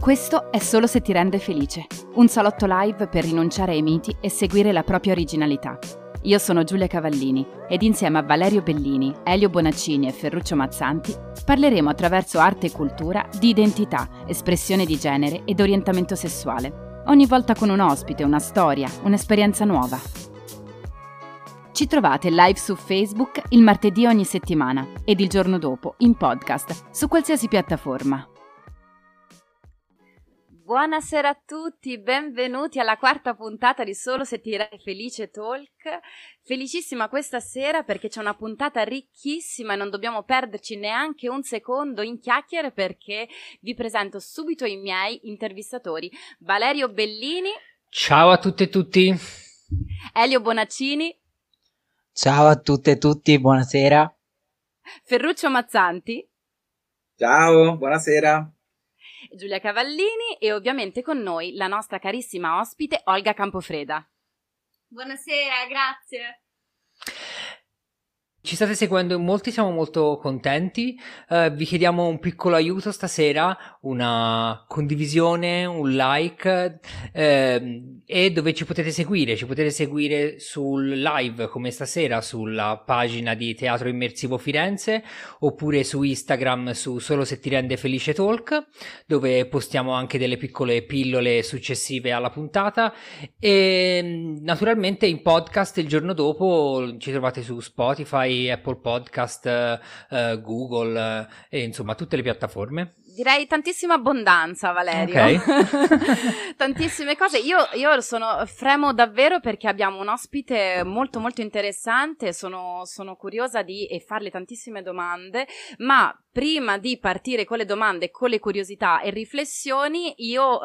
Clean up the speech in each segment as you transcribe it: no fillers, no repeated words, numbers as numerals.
Questo è Solo se ti rende felice, un salotto live per rinunciare ai miti e seguire la propria originalità. Io sono Giulia Cavallini ed insieme a Valerio Bellini, Elio Bonaccini e Ferruccio Mazzanti parleremo attraverso arte e cultura di identità, espressione di genere ed orientamento sessuale. Ogni volta con un ospite, una storia, un'esperienza nuova. Ci trovate live su Facebook il martedì ogni settimana ed il giorno dopo in podcast su qualsiasi piattaforma. Buonasera a tutti, benvenuti alla quarta puntata di Solo se ti rende felice Talk. Felicissima questa sera perché c'è una puntata ricchissima e non dobbiamo perderci neanche un secondo in chiacchiere perché vi presento subito i miei intervistatori. Valerio Bellini. Ciao a tutte e tutti. Elio Bonaccini. Ciao a tutte e tutti, buonasera. Ferruccio Mazzanti. Ciao, buonasera. Giulia Cavallini e ovviamente con noi la nostra carissima ospite Olga Campofreda. Buonasera, grazie. Ci state seguendo in molti, siamo molto contenti. Vi chiediamo un piccolo aiuto stasera, una condivisione, un like e dove ci potete seguire. Ci potete seguire sul live come stasera sulla pagina di Teatro Immersivo Firenze oppure su Instagram su Solo se ti rende felice Talk, dove postiamo anche delle piccole pillole successive alla puntata e naturalmente in podcast il giorno dopo ci trovate su Spotify, Apple Podcast, Google e insomma tutte le piattaforme. Direi tantissima abbondanza, Valerio. Ok. Tantissime cose. Io fremo davvero perché abbiamo un ospite molto molto interessante. Sono curiosa di farle tantissime domande, ma prima di partire con le domande, con le curiosità e riflessioni, io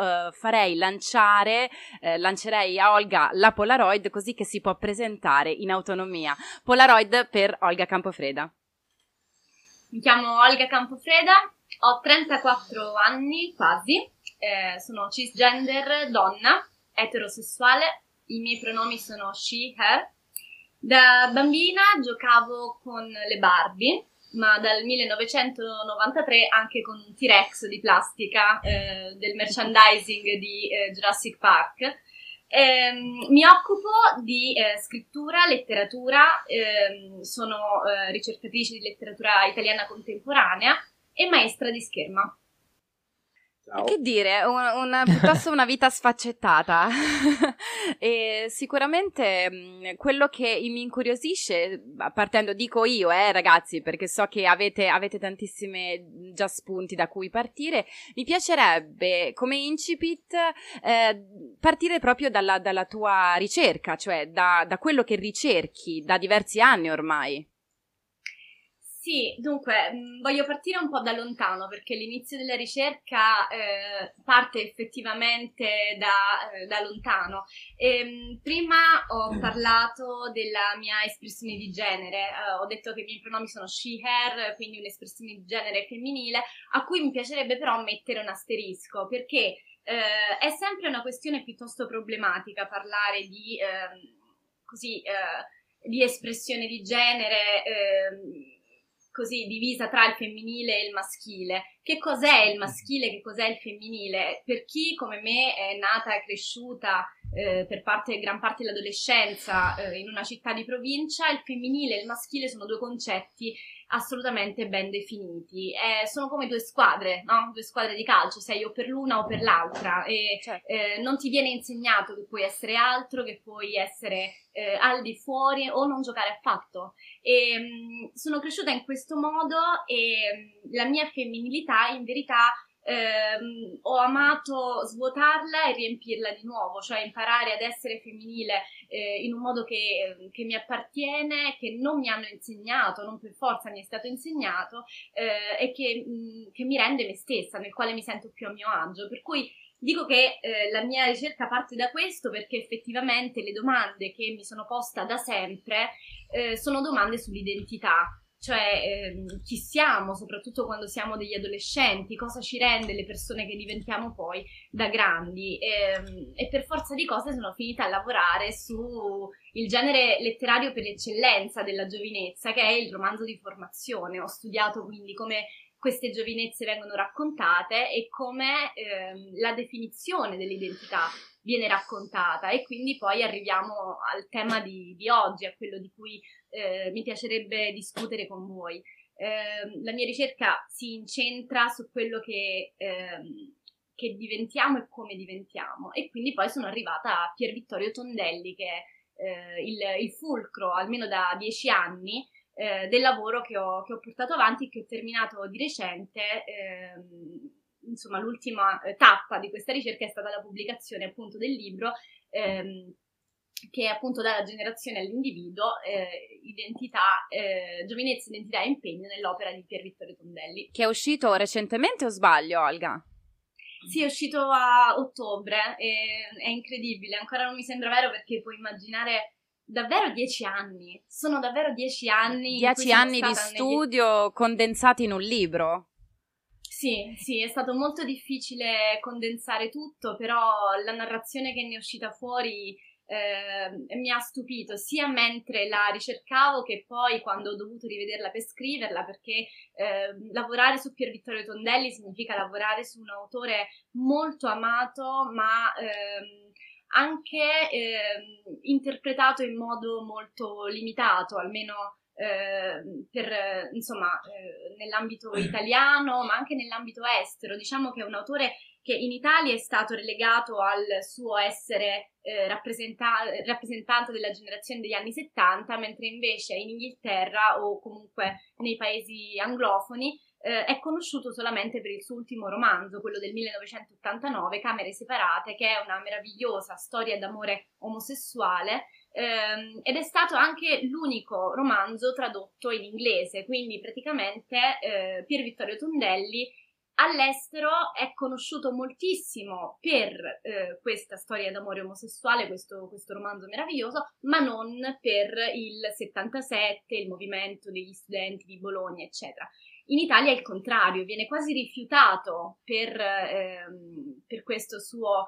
lancerei a Olga la Polaroid così che si può presentare in autonomia. Polaroid per Olga Campofreda. Mi chiamo Olga Campofreda, ho 34 anni quasi, sono cisgender, donna, eterosessuale, i miei pronomi sono she, her. Da bambina giocavo con le Barbie, ma dal 1993 anche con un T-Rex di plastica del merchandising di Jurassic Park. Mi occupo di scrittura, letteratura, sono ricercatrice di letteratura italiana contemporanea e maestra di scherma. Ciao. Che dire, piuttosto una vita sfaccettata. E sicuramente quello che mi incuriosisce, partendo, dico io, ragazzi, perché so che avete tantissime già spunti da cui partire, mi piacerebbe come incipit partire proprio dalla tua ricerca, cioè da quello che ricerchi da diversi anni ormai. Sì, dunque, voglio partire un po' da lontano perché l'inizio della ricerca parte effettivamente da lontano. Prima ho parlato della mia espressione di genere, ho detto che i miei pronomi sono she, her, quindi un'espressione di genere femminile, a cui mi piacerebbe però mettere un asterisco perché è sempre una questione piuttosto problematica parlare di espressione di genere così divisa tra il femminile e il maschile. Che cos'è il maschile, che cos'è il femminile? Per chi come me è nata e cresciuta per gran parte dell'adolescenza in una città di provincia, il femminile e il maschile sono due concetti assolutamente ben definiti. Sono come due squadre, no? Due squadre di calcio, sei o per l'una o per l'altra e Certo. non ti viene insegnato che puoi essere altro, che puoi essere al di fuori o non giocare affatto. Sono cresciuta in questo modo e la mia femminilità in verità ho amato svuotarla e riempirla di nuovo, cioè imparare ad essere femminile in un modo che mi appartiene, che non mi hanno insegnato, non per forza mi è stato insegnato e che mi rende me stessa, nel quale mi sento più a mio agio. Per cui dico che la mia ricerca parte da questo perché effettivamente le domande che mi sono posta da sempre sono domande sull'identità. Cioè chi siamo, soprattutto quando siamo degli adolescenti, cosa ci rende le persone che diventiamo poi da grandi e per forza di cose sono finita a lavorare su il genere letterario per eccellenza della giovinezza, che è il romanzo di formazione. Ho studiato quindi come queste giovinezze vengono raccontate e come la definizione dell'identità viene raccontata, e quindi poi arriviamo al tema di oggi, a quello di cui mi piacerebbe discutere con voi. La mia ricerca si incentra su quello che diventiamo e come diventiamo, e quindi poi sono arrivata a Pier Vittorio Tondelli, che è il fulcro, almeno da 10 anni, del lavoro che ho portato avanti e che ho terminato di recente. Insomma, l'ultima tappa di questa ricerca è stata la pubblicazione appunto del libro, che è appunto Dalla generazione all'individuo, giovinezza, identità e impegno nell'opera di Pier Vittorio Tondelli. Che è uscito recentemente, o sbaglio, Olga? Sì, è uscito a ottobre, è incredibile, ancora non mi sembra vero, perché puoi immaginare davvero 10 anni, sono davvero 10 anni. 10 anni di studio condensati in un libro. Sì, è stato molto difficile condensare tutto, però la narrazione che ne è uscita fuori mi ha stupito, sia mentre la ricercavo che poi quando ho dovuto rivederla per scriverla, perché lavorare su Pier Vittorio Tondelli significa lavorare su un autore molto amato, ma anche interpretato in modo molto limitato, almeno nell'ambito italiano, ma anche nell'ambito estero. Diciamo che è un autore che in Italia è stato relegato al suo essere rappresentante della generazione degli anni 70, mentre invece in Inghilterra o comunque nei paesi anglofoni è conosciuto solamente per il suo ultimo romanzo, quello del 1989, Camere separate, che è una meravigliosa storia d'amore omosessuale, ed è stato anche l'unico romanzo tradotto in inglese, quindi praticamente Pier Vittorio Tondelli all'estero è conosciuto moltissimo per questa storia d'amore omosessuale, questo romanzo meraviglioso, ma non per il 77, il movimento degli studenti di Bologna, eccetera. In Italia è il contrario, viene quasi rifiutato per questo suo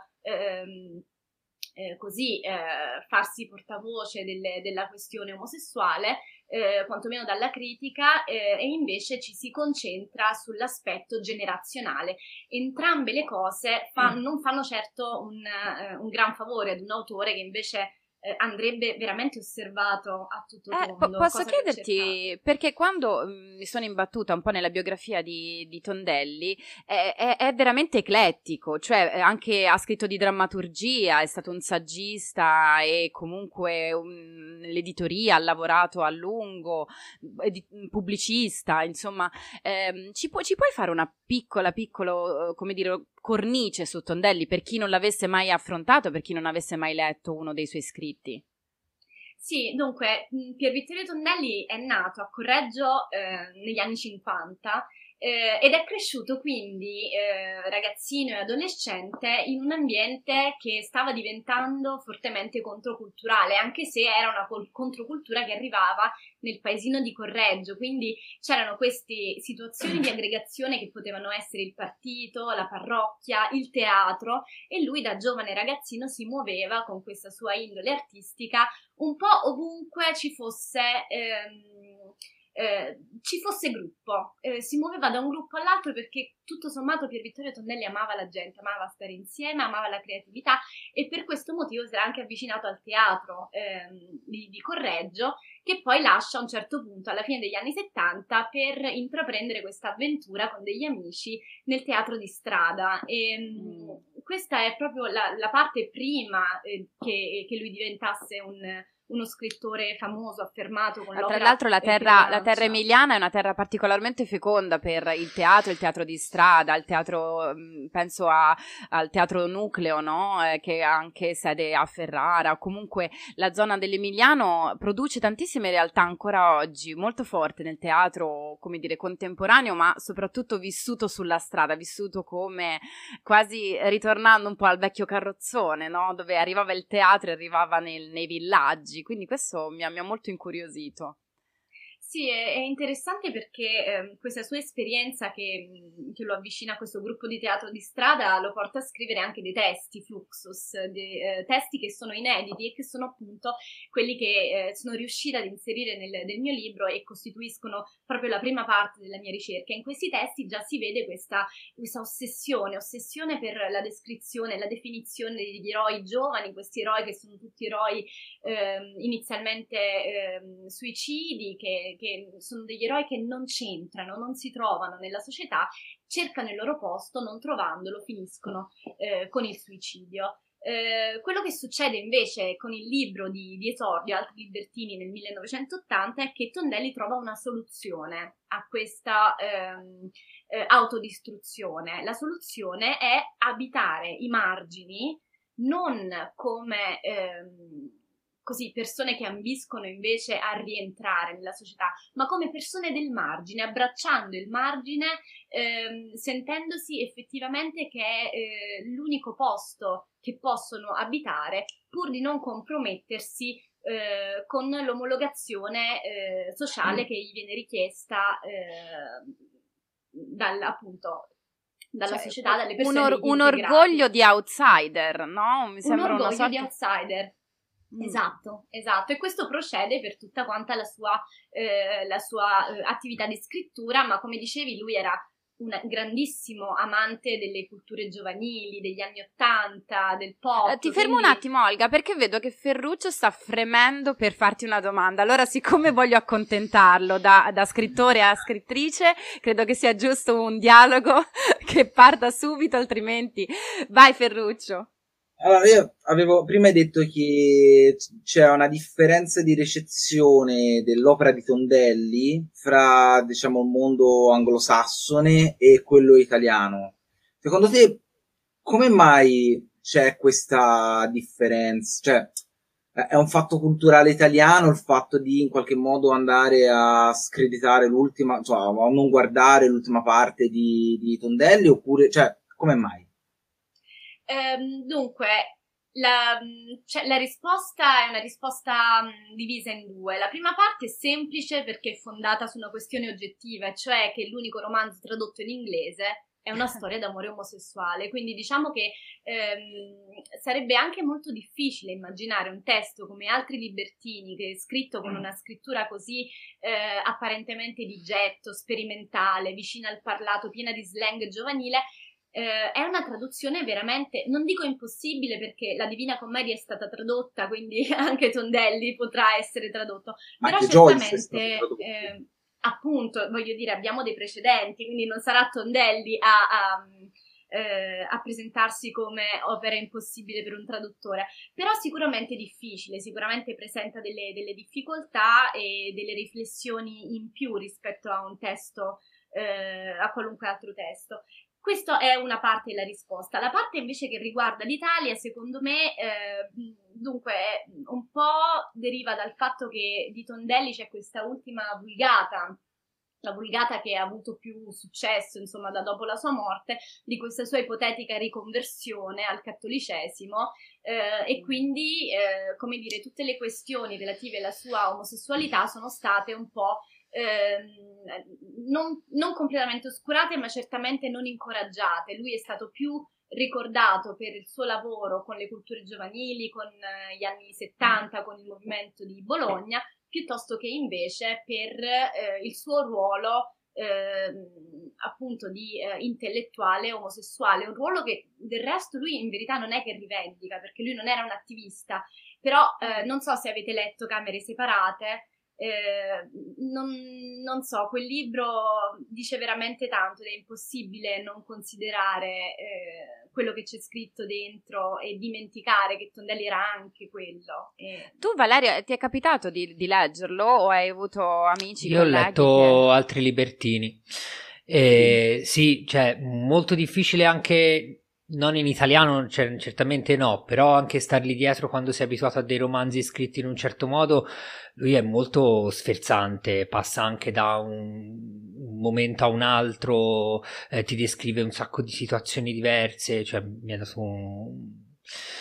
farsi portavoce della questione omosessuale, quantomeno dalla critica, e invece ci si concentra sull'aspetto generazionale. Entrambe le cose non fanno certo un gran favore ad un autore che invece andrebbe veramente osservato a tutto tondo. Posso chiederti, perché quando mi sono imbattuta un po' nella biografia di Tondelli, è veramente eclettico, cioè anche ha scritto di drammaturgia, è stato un saggista e comunque l'editoria, ha lavorato a lungo, pubblicista, insomma. Ci puoi fare una piccola, come dire, cornice su Tondelli per chi non l'avesse mai affrontato, per chi non avesse mai letto uno dei suoi scritti? Sì, dunque, Pier Vittorio Tondelli è nato a Correggio negli anni 50 ed è cresciuto quindi ragazzino e adolescente in un ambiente che stava diventando fortemente controculturale, anche se era una controcultura che arrivava nel paesino di Correggio, quindi c'erano queste situazioni di aggregazione che potevano essere il partito, la parrocchia, il teatro, e lui da giovane ragazzino si muoveva con questa sua indole artistica un po' ovunque ci fosse gruppo, si muoveva da un gruppo all'altro, perché tutto sommato Pier Vittorio Tondelli amava la gente, amava stare insieme, amava la creatività, e per questo motivo si era anche avvicinato al teatro di Correggio, che poi lascia a un certo punto alla fine degli anni 70 per intraprendere questa avventura con degli amici nel teatro di strada. Questa è proprio la parte prima che lui diventasse uno scrittore famoso, affermato con l'opera. Tra l'altro la terra emiliana è una terra particolarmente feconda per il teatro di strada, il teatro, penso al teatro Nucleo, no? Che ha anche sede a Ferrara. Comunque la zona dell'Emiliano produce tantissime realtà ancora oggi, molto forte nel teatro, come dire, contemporaneo, ma soprattutto vissuto sulla strada, vissuto come quasi ritornando un po' al vecchio carrozzone, no? Dove arrivava il teatro e arrivava nei villaggi. Quindi questo mi ha molto incuriosito. Sì, è interessante perché questa sua esperienza che lo avvicina a questo gruppo di teatro di strada lo porta a scrivere anche dei testi, Fluxus, testi che sono inediti e che sono appunto quelli che sono riuscita ad inserire nel mio libro e costituiscono proprio la prima parte della mia ricerca. In questi testi già si vede questa ossessione per la descrizione, la definizione degli eroi giovani, questi eroi che sono tutti eroi inizialmente suicidi, che sono degli eroi che non c'entrano, non si trovano nella società, cercano il loro posto, non trovandolo finiscono con il suicidio. Quello che succede invece con il libro di esordio Altri libertini nel 1980 è che Tondelli trova una soluzione a questa autodistruzione. La soluzione è abitare i margini non come così persone che ambiscono invece a rientrare nella società, ma come persone del margine, abbracciando il margine, sentendosi effettivamente che è l'unico posto che possono abitare pur di non compromettersi con l'omologazione sociale che gli viene richiesta dalla società, dalle persone un orgoglio di outsider, no? Mi sembra un orgoglio una sorta di outsider. Esatto, e questo procede per tutta quanta la sua attività di scrittura, ma come dicevi lui era un grandissimo amante delle culture giovanili, degli anni '80, del pop. Ti fermo un attimo, Olga, perché vedo che Ferruccio sta fremendo per farti una domanda. Allora, siccome voglio accontentarlo da scrittore a scrittrice, credo che sia giusto un dialogo che parta subito, altrimenti vai Ferruccio. Allora, io avevo prima detto che c'è una differenza di ricezione dell'opera di Tondelli fra, diciamo, il mondo anglosassone e quello italiano. Secondo te, come mai c'è questa differenza? Cioè, è un fatto culturale italiano il fatto di in qualche modo andare a screditare l'ultima, cioè a non guardare l'ultima parte di Tondelli, oppure, cioè, come mai? Dunque, la risposta è una risposta divisa in due. La prima parte è semplice perché è fondata su una questione oggettiva, cioè che l'unico romanzo tradotto in inglese è una storia d'amore omosessuale, quindi diciamo che sarebbe anche molto difficile immaginare un testo come Altri libertini, che è scritto con una scrittura così apparentemente di getto, sperimentale, vicina al parlato, piena di slang giovanile. È una traduzione veramente, non dico impossibile perché la Divina Commedia è stata tradotta, quindi anche Tondelli potrà essere tradotto, Ma però anche Joyce è certamente stato tradotto. appunto, voglio dire, abbiamo dei precedenti, quindi non sarà Tondelli a presentarsi come opera impossibile per un traduttore, però sicuramente difficile, sicuramente presenta delle difficoltà e delle riflessioni in più rispetto a un testo, a qualunque altro testo. Questa è una parte della risposta. La parte invece che riguarda l'Italia, secondo me, dunque, un po' deriva dal fatto che di Tondelli c'è questa ultima vulgata, la vulgata che ha avuto più successo, insomma, da dopo la sua morte, di questa sua ipotetica riconversione al cattolicesimo, e quindi, come dire, tutte le questioni relative alla sua omosessualità sono state un po' non completamente oscurate, ma certamente non incoraggiate. Lui è stato più ricordato per il suo lavoro con le culture giovanili, con gli anni '70, con il movimento di Bologna, piuttosto che invece per il suo ruolo appunto di intellettuale omosessuale, un ruolo che del resto lui in verità non è che rivendica, perché lui non era un attivista, però non so se avete letto Camere separate. Non so, quel libro dice veramente tanto ed è impossibile non considerare quello che c'è scritto dentro e dimenticare che Tondelli era anche quello. Tu Valeria, ti è capitato di leggerlo o hai avuto amici, Io ho colleghi letto Altri libertini. Sì, cioè molto difficile anche, non in italiano, certamente no, però anche stargli dietro quando sei abituato a dei romanzi scritti in un certo modo. Lui è molto sferzante, passa anche da un momento a un altro, ti descrive un sacco di situazioni diverse, cioè mi ha dato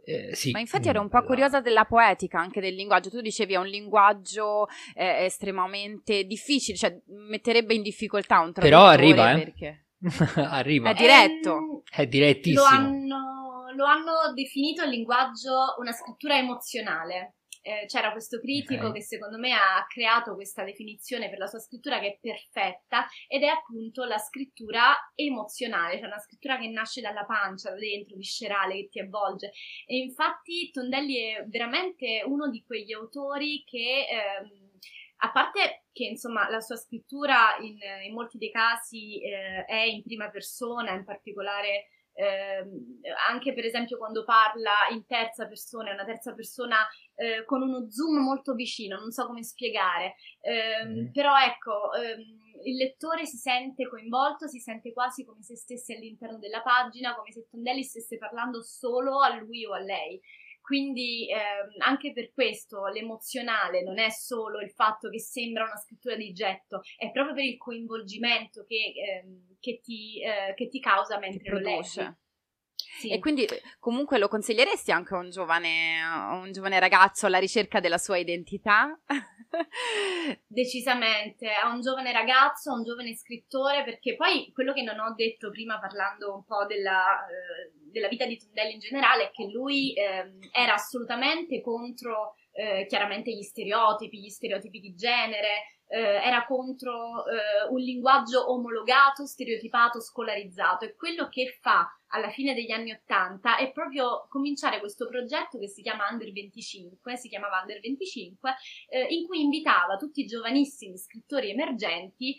Sì. Ma infatti ero un po' curiosa della poetica, anche del linguaggio. Tu dicevi è un linguaggio estremamente difficile, cioè metterebbe in difficoltà un traduttore. Però arriva, perché arriva. è diretto. È direttissimo. Lo hanno definito il linguaggio una scrittura emozionale. C'era questo critico che secondo me ha creato questa definizione per la sua scrittura che è perfetta, ed è appunto la scrittura emozionale, cioè una scrittura che nasce dalla pancia, da dentro, viscerale, che ti avvolge. E infatti Tondelli è veramente uno di quegli autori che a parte che insomma la sua scrittura in molti dei casi è in prima persona, in particolare anche per esempio quando parla in terza persona, è una terza persona con uno zoom molto vicino, non so come spiegare, però ecco, il lettore si sente coinvolto, si sente quasi come se stesse all'interno della pagina, come se Tondelli stesse parlando solo a lui o a lei. Quindi anche per questo l'emozionale non è solo il fatto che sembra una scrittura di getto, è proprio per il coinvolgimento che ti causa mentre lo leggi. Sì. E quindi comunque lo consiglieresti anche a un giovane ragazzo alla ricerca della sua identità? Decisamente, a un giovane ragazzo, a un giovane scrittore, perché poi quello che non ho detto prima parlando un po' della vita di Tondelli in generale è che lui era assolutamente contro chiaramente gli stereotipi di genere, era contro un linguaggio omologato, stereotipato, scolarizzato, e quello che fa alla fine degli anni '80 è proprio cominciare questo progetto che si chiamava Under 25, in cui invitava tutti i giovanissimi scrittori emergenti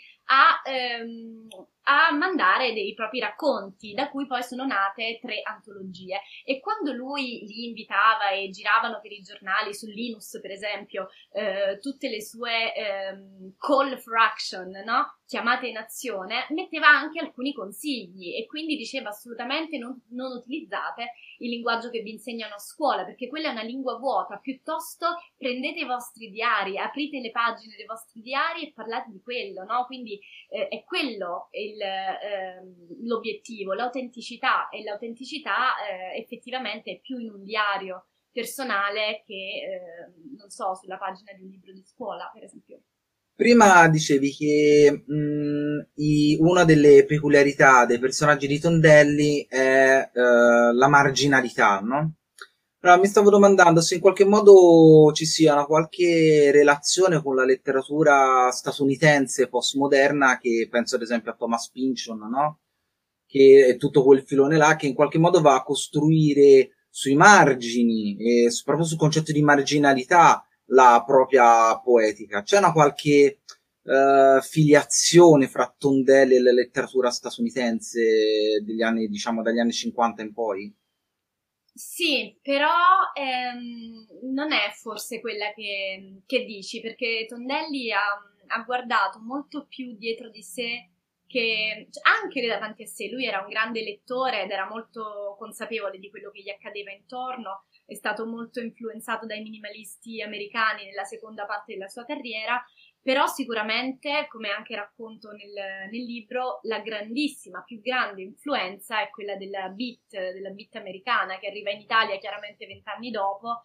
a mandare dei propri racconti, da cui poi sono nate 3 antologie. E quando lui li invitava e giravano per i giornali, su Linus per esempio, tutte le sue call for action, no? Chiamate in azione, metteva anche alcuni consigli e quindi diceva assolutamente non utilizzate il linguaggio che vi insegnano a scuola, perché quella è una lingua vuota, piuttosto prendete i vostri diari, aprite le pagine dei vostri diari e parlate di quello, no? Quindi è quello l'obiettivo, l'autenticità, e l'autenticità effettivamente è più in un diario personale che, non so, sulla pagina di un libro di scuola, per esempio. Prima dicevi che una delle peculiarità dei personaggi di Tondelli è la marginalità, no? Allora, mi stavo domandando se in qualche modo ci sia una qualche relazione con la letteratura statunitense postmoderna, che penso ad esempio a Thomas Pynchon, no? Che è tutto quel filone là che in qualche modo va a costruire sui margini e proprio sul concetto di marginalità la propria poetica. C'è una qualche filiazione fra Tondelli e la letteratura statunitense degli anni, diciamo, dagli anni 50 in poi? Sì, però non è forse quella che dici, perché Tondelli ha guardato molto più dietro di sé che anche davanti a sé. Lui era un grande lettore ed era molto consapevole di quello che gli accadeva intorno, è stato molto influenzato dai minimalisti americani nella seconda parte della sua carriera, però sicuramente, come anche racconto nel libro, la grandissima, più grande influenza è quella della beat americana, che arriva in Italia chiaramente 20 anni dopo,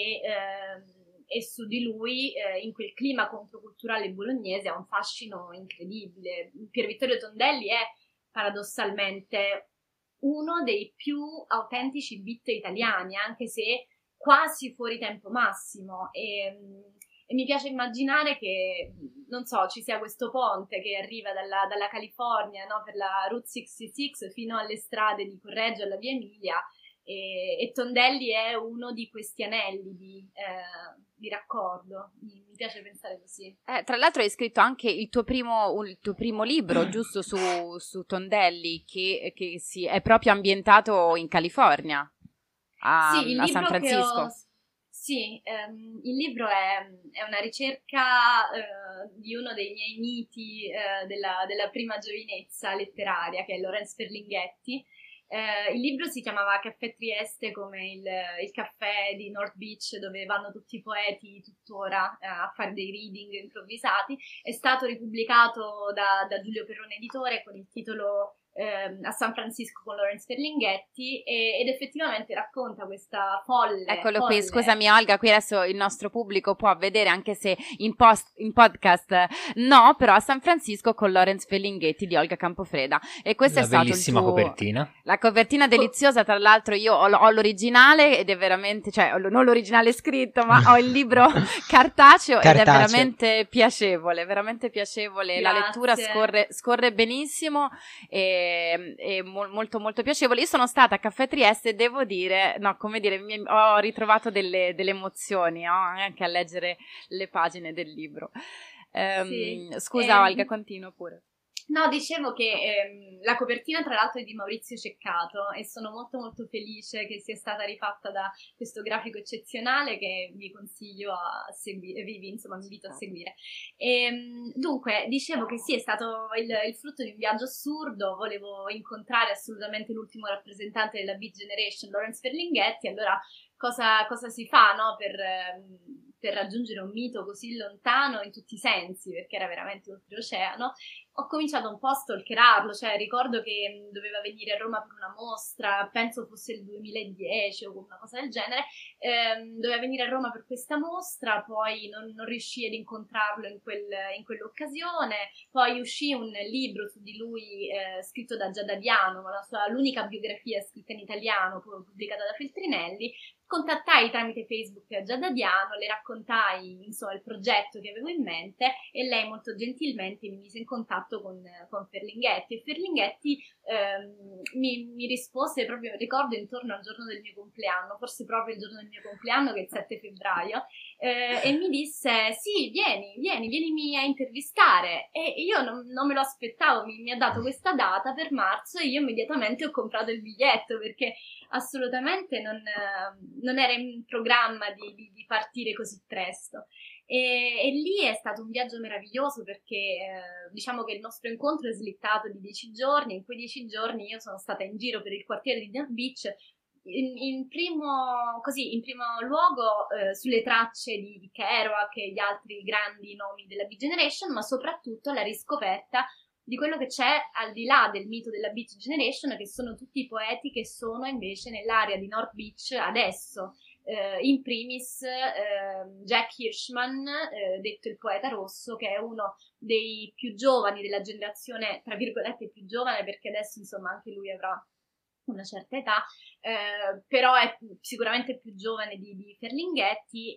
e su di lui, in quel clima controculturale bolognese, ha un fascino incredibile. Pier Vittorio Tondelli è paradossalmente uno dei più autentici beat italiani, anche se quasi fuori tempo massimo, e mi piace immaginare che, non so, ci sia questo ponte che arriva dalla California, no, per la Route 66 fino alle strade di Correggio, alla Via Emilia, e Tondelli è uno di questi anelli di raccordo. Mi piace pensare così. Tra l'altro hai scritto anche il tuo primo libro, giusto, su Tondelli, che è proprio ambientato in California, a San Francisco. Sì, il libro è una ricerca di uno dei miei miti della prima giovinezza letteraria, che è Lorenzo Ferlinghetti. Il libro si chiamava Caffè Trieste, come il caffè di North Beach dove vanno tutti i poeti tuttora a fare dei reading improvvisati. È stato ripubblicato da Giulio Perrone Editore con il titolo a San Francisco con Lawrence Ferlinghetti ed effettivamente racconta questa folle. Eccolo qui, scusami Olga, qui adesso il nostro pubblico può vedere, anche se in podcast no, però a San Francisco con Lawrence Ferlinghetti di Olga Campofreda. E questo è stato bellissima copertina. La copertina deliziosa, tra l'altro io ho l'originale ed è veramente, cioè non l'originale scritto, ma ho il libro cartaceo ed è veramente piacevole, Grazie. La lettura scorre benissimo e molto molto piacevole. Io sono stata a Caffè Trieste e devo dire, no, come dire, ho ritrovato delle emozioni, anche a leggere le pagine del libro. Sì. Scusa Olga, continuo pure. No, dicevo che la copertina tra l'altro è di Maurizio Ceccato e sono molto molto felice che sia stata rifatta da questo grafico eccezionale che vi consiglio a seguire, vi invito a seguire. Dunque, dicevo che sì, è stato il frutto di un viaggio assurdo, volevo incontrare assolutamente l'ultimo rappresentante della Beat Generation, Lawrence Ferlinghetti, allora cosa si fa, no, per raggiungere un mito così lontano in tutti i sensi, perché era veramente oltreoceano. Ho cominciato un po' a stalkerarlo, cioè ricordo che doveva venire a Roma per una mostra, penso fosse il 2010 o una cosa del genere, doveva venire a Roma per questa mostra, poi non riuscii ad incontrarlo in quell'occasione, poi uscì un libro su di lui scritto da Giada Diano, l'unica biografia scritta in italiano pubblicata da Feltrinelli. Contattai tramite Facebook Giada Diano, le raccontai insomma il progetto che avevo in mente e lei molto gentilmente mi mise in contatto con Ferlinghetti e Ferlinghetti mi rispose proprio, ricordo, intorno al giorno del mio compleanno, forse proprio il giorno del mio compleanno che è il 7 febbraio, e mi disse sì, vienimi a intervistare, e io non me lo aspettavo, mi ha dato questa data per marzo e io immediatamente ho comprato il biglietto perché assolutamente non era in programma di partire così presto. E lì è stato un viaggio meraviglioso perché diciamo che il nostro incontro è slittato di 10 giorni. In quei 10 giorni io sono stata in giro per il quartiere di North Beach, in primo luogo sulle tracce di Kerouac e gli altri grandi nomi della Beat Generation, ma soprattutto la riscoperta di quello che c'è al di là del mito della Beat Generation, che sono tutti i poeti che sono invece nell'area di North Beach adesso, in primis Jack Hirschman, detto il poeta rosso, che è uno dei più giovani della generazione, tra virgolette più giovane, perché adesso insomma anche lui avrà una certa età, però è sicuramente più giovane di Ferlinghetti,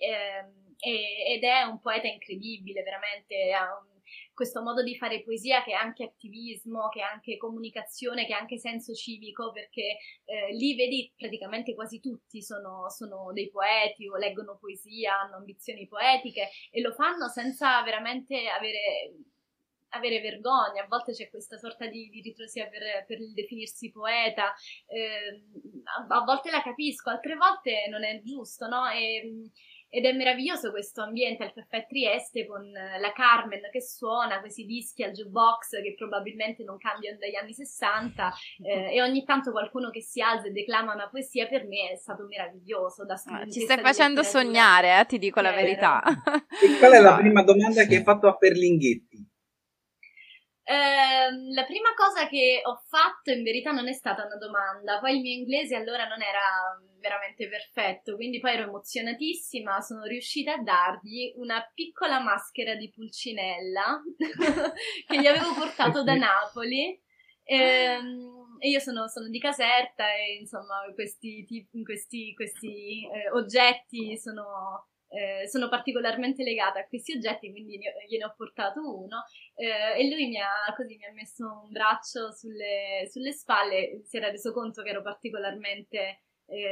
ed è un poeta incredibile, veramente ha questo modo di fare poesia che è anche attivismo, che è anche comunicazione, che è anche senso civico, perché lì vedi praticamente quasi tutti sono dei poeti o leggono poesia, hanno ambizioni poetiche e lo fanno senza veramente avere vergogna. A volte c'è questa sorta di ritrosia per il definirsi poeta, a volte la capisco, altre volte non è giusto, no? Ed è meraviglioso questo ambiente al Caffè Trieste con la Carmen che suona questi dischi al jukebox che probabilmente non cambiano dagli anni 60, e ogni tanto qualcuno che si alza e declama una poesia. Per me è stato meraviglioso. Ci stai facendo sognare, ti dico la verità. E qual è la prima domanda che hai fatto a Ferlinghetti? La prima cosa che ho fatto in verità non è stata una domanda, poi il mio inglese allora non era veramente perfetto, quindi poi ero emozionatissima, sono riuscita a dargli una piccola maschera di Pulcinella che gli avevo portato da Napoli, e io sono di Caserta e insomma questi oggetti sono particolarmente legata a questi oggetti, quindi gliene ho portato uno, e lui mi ha messo un braccio sulle spalle, si era reso conto che ero particolarmente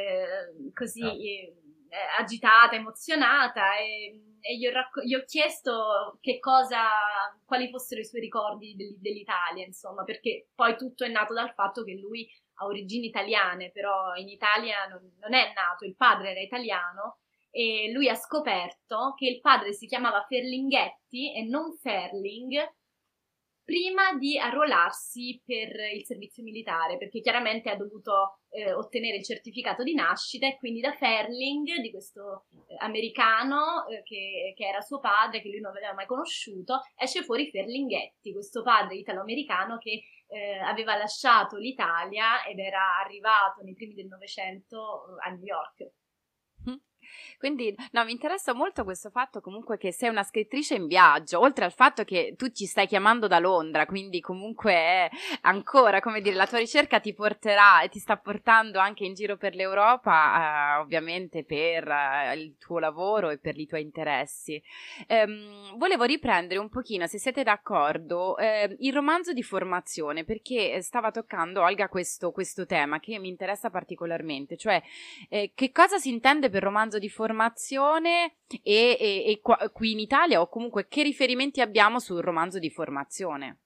agitata, emozionata, e gli ho chiesto quali fossero i suoi ricordi dell'Italia, insomma, perché poi tutto è nato dal fatto che lui ha origini italiane, però in Italia non è nato, il padre era italiano, e lui ha scoperto che il padre si chiamava Ferlinghetti e non Ferling prima di arruolarsi per il servizio militare, perché chiaramente ha dovuto ottenere il certificato di nascita, e quindi da Ferling, di questo americano che era suo padre, che lui non aveva mai conosciuto, esce fuori Ferlinghetti, questo padre italo-americano che aveva lasciato l'Italia ed era arrivato nei primi del Novecento a New York. Quindi no, mi interessa molto questo fatto comunque che sei una scrittrice in viaggio, oltre al fatto che tu ci stai chiamando da Londra, quindi comunque è ancora, come dire, la tua ricerca ti porterà e ti sta portando anche in giro per l'Europa, ovviamente per il tuo lavoro e per i tuoi interessi. Volevo riprendere un pochino, se siete d'accordo, il romanzo di formazione, perché stava toccando Olga questo tema che mi interessa particolarmente, cioè che cosa si intende per romanzo di formazione e qui in Italia, o comunque che riferimenti abbiamo sul romanzo di formazione?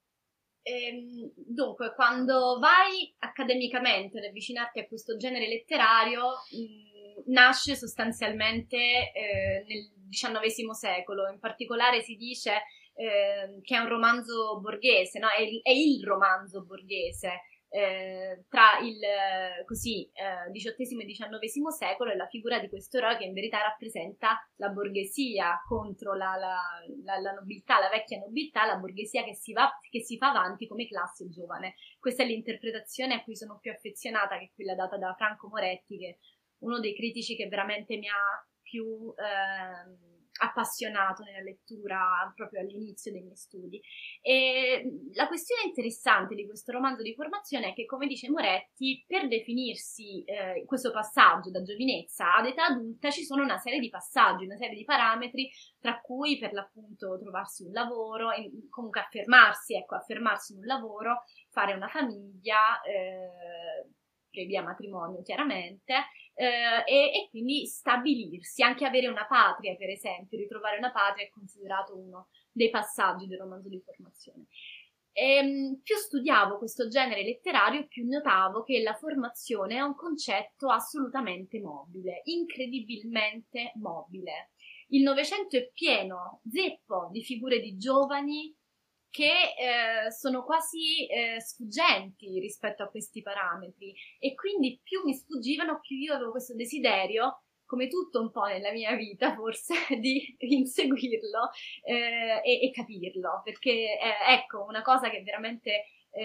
Dunque, quando vai accademicamente ad avvicinarti a questo genere letterario, nasce sostanzialmente nel XIX secolo. In particolare si dice che è un romanzo borghese, no? È il romanzo borghese. Tra il XVIII e XIX secolo, è la figura di questo eroe che in verità rappresenta la borghesia contro la nobiltà, la vecchia nobiltà, la borghesia che si fa avanti come classe giovane. Questa è l'interpretazione a cui sono più affezionata, che è quella data da Franco Moretti, che è uno dei critici che veramente mi ha più appassionato nella lettura proprio all'inizio dei miei studi. E la questione interessante di questo romanzo di formazione è che, come dice Moretti, per definirsi questo passaggio da giovinezza ad età adulta ci sono una serie di passaggi, una serie di parametri, tra cui per l'appunto trovarsi un lavoro, comunque affermarsi in un lavoro, fare una famiglia, previa matrimonio chiaramente, e quindi stabilirsi, anche avere una patria, per esempio, ritrovare una patria è considerato uno dei passaggi del romanzo di formazione. Più studiavo questo genere letterario, più notavo che la formazione è un concetto assolutamente mobile, incredibilmente mobile. Il Novecento è pieno, zeppo di figure di giovani che sono quasi sfuggenti rispetto a questi parametri, e quindi più mi sfuggivano, più io avevo questo desiderio, come tutto un po' nella mia vita forse, di inseguirlo e capirlo, perché ecco, una cosa che veramente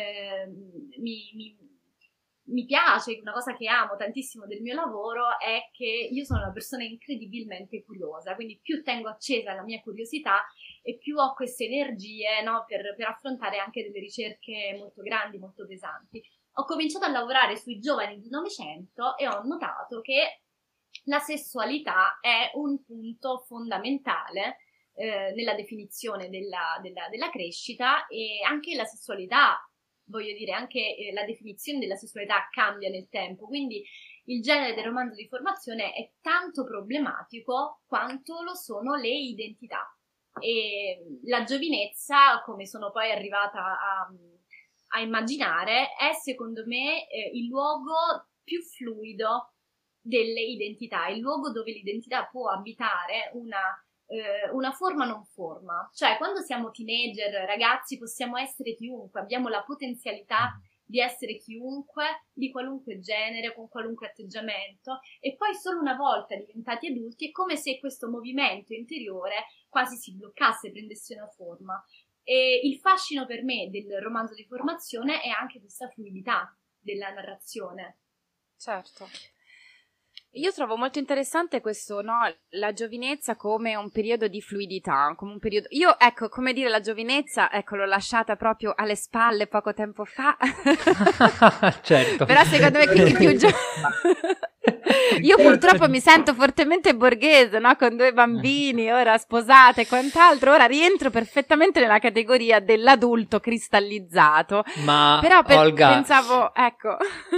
mi piace, una cosa che amo tantissimo del mio lavoro è che io sono una persona incredibilmente curiosa, quindi più tengo accesa la mia curiosità e più ho queste energie, no, per affrontare anche delle ricerche molto grandi, molto pesanti. Ho cominciato a lavorare sui giovani del Novecento e ho notato che la sessualità è un punto fondamentale nella definizione della crescita, e anche la sessualità, voglio dire, anche la definizione della sessualità cambia nel tempo, quindi il genere del romanzo di formazione è tanto problematico quanto lo sono le identità. E la giovinezza, come sono poi arrivata a immaginare, è secondo me il luogo più fluido delle identità, il luogo dove l'identità può abitare una forma non forma. Cioè, quando siamo teenager, ragazzi, possiamo essere chiunque, abbiamo la potenzialità di essere chiunque, di qualunque genere, con qualunque atteggiamento, e poi solo una volta diventati adulti è come se questo movimento interiore quasi si bloccasse, prendesse una forma. E il fascino per me del romanzo di formazione è anche questa fluidità della narrazione. Certo. Io trovo molto interessante questo, no, la giovinezza come un periodo di fluidità, come un periodo. Io, ecco, come dire, la giovinezza, ecco, l'ho lasciata proprio alle spalle poco tempo fa. Certo. Però secondo me chi più io purtroppo mi sento fortemente borghese, no? Con 2 bambini, ora sposata e quant'altro, ora rientro perfettamente nella categoria dell'adulto cristallizzato. Ma però Olga, pensavo, ecco.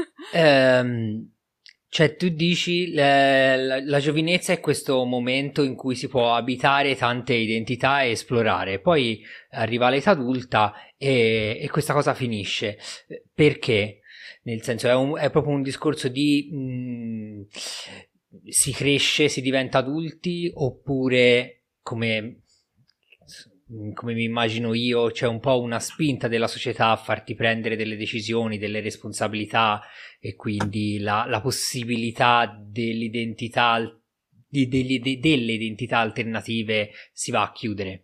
Cioè, tu dici la giovinezza è questo momento in cui si può abitare tante identità e esplorare, poi arriva l'età adulta e questa cosa finisce. Perché? Nel senso, è proprio un discorso di si cresce, si diventa adulti, oppure come come mi immagino io, c'è un po' una spinta della società a farti prendere delle decisioni, delle responsabilità, e quindi la possibilità dell'identità, delle identità alternative si va a chiudere.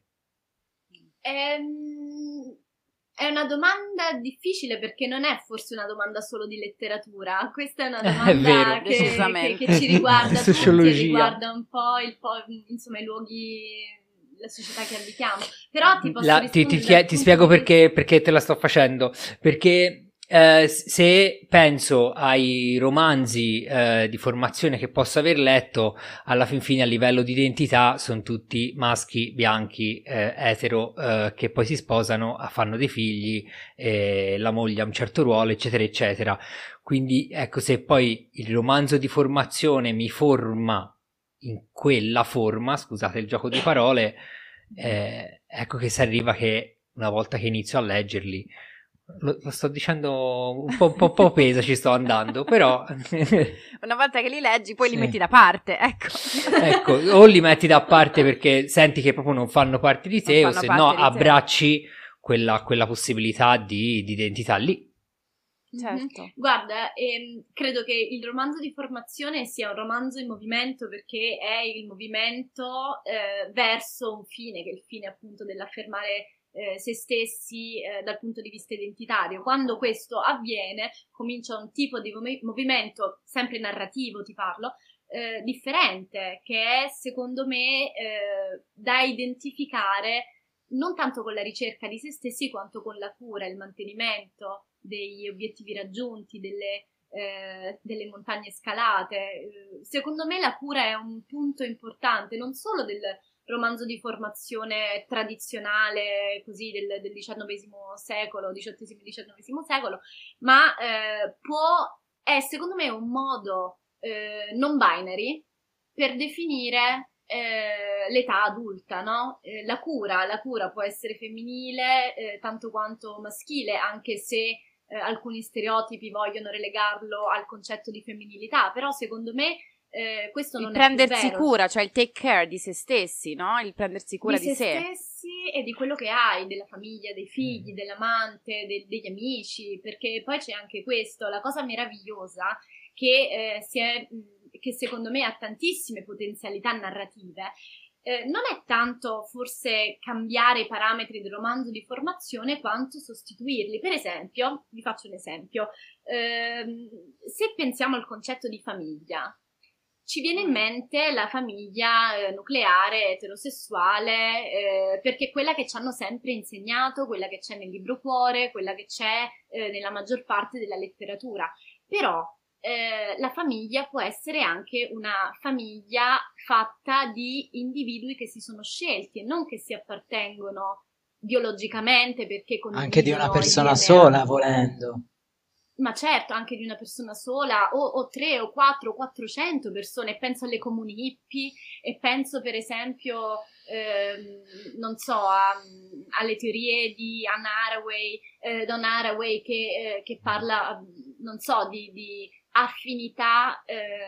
È una domanda difficile, perché non è forse una domanda solo di letteratura, questa è una È domanda vero. che ci riguarda tutti, Sociologia. riguarda un po', insomma, i luoghi, la società che abitiamo. Però ti posso rispondere ti spiego perché te la sto facendo, perché se penso ai romanzi di formazione che posso aver letto, alla fin fine a livello di identità sono tutti maschi bianchi etero che poi si sposano, fanno dei figli, la moglie ha un certo ruolo, eccetera eccetera. Quindi ecco, se poi il romanzo di formazione mi forma in quella forma, scusate il gioco di parole, ecco che si arriva che una volta che inizio a leggerli, lo sto dicendo un po' peso, ci sto andando, però una volta che li leggi poi sì, li metti da parte, ecco, o li metti da parte perché senti che proprio non fanno parte di te, o se no abbracci quella possibilità di identità lì. Certo. Guarda, credo che il romanzo di formazione sia un romanzo in movimento, perché è il movimento verso un fine, che è il fine appunto dell'affermare se stessi dal punto di vista identitario. Quando questo avviene, comincia un tipo di movimento, sempre narrativo ti parlo, differente, che è secondo me da identificare non tanto con la ricerca di se stessi quanto con la cura, il mantenimento degli obiettivi raggiunti, delle montagne scalate. Secondo me la cura è un punto importante non solo del romanzo di formazione tradizionale così del XIX secolo, XVIII-XIX secolo, ma è secondo me un modo non binary per definire l'età adulta, no? La cura può essere femminile tanto quanto maschile, anche se alcuni stereotipi vogliono relegarlo al concetto di femminilità, però secondo me questo non è più vero. Il prendersi cura, cioè il take care di se stessi, no? Il prendersi cura di se sé stessi e di quello che hai, della famiglia, dei figli, dell'amante, degli amici, perché poi c'è anche questo, la cosa meravigliosa che secondo me ha tantissime potenzialità narrative. Non è tanto forse cambiare i parametri del romanzo di formazione quanto sostituirli. Per esempio, vi faccio un esempio, se pensiamo al concetto di famiglia, ci viene in mente la famiglia nucleare, eterosessuale, perché è quella che ci hanno sempre insegnato, quella che c'è nel libro cuore, quella che c'è nella maggior parte della letteratura. Però la famiglia può essere anche una famiglia fatta di individui che si sono scelti e non che si appartengono biologicamente perché anche di una persona sola, volendo. Ma certo, anche di una persona sola, o 3 o 4 o 400 persone. Penso alle comuni hippie e penso per esempio non so, alle teorie di Don Haraway che parla, non so, di affinità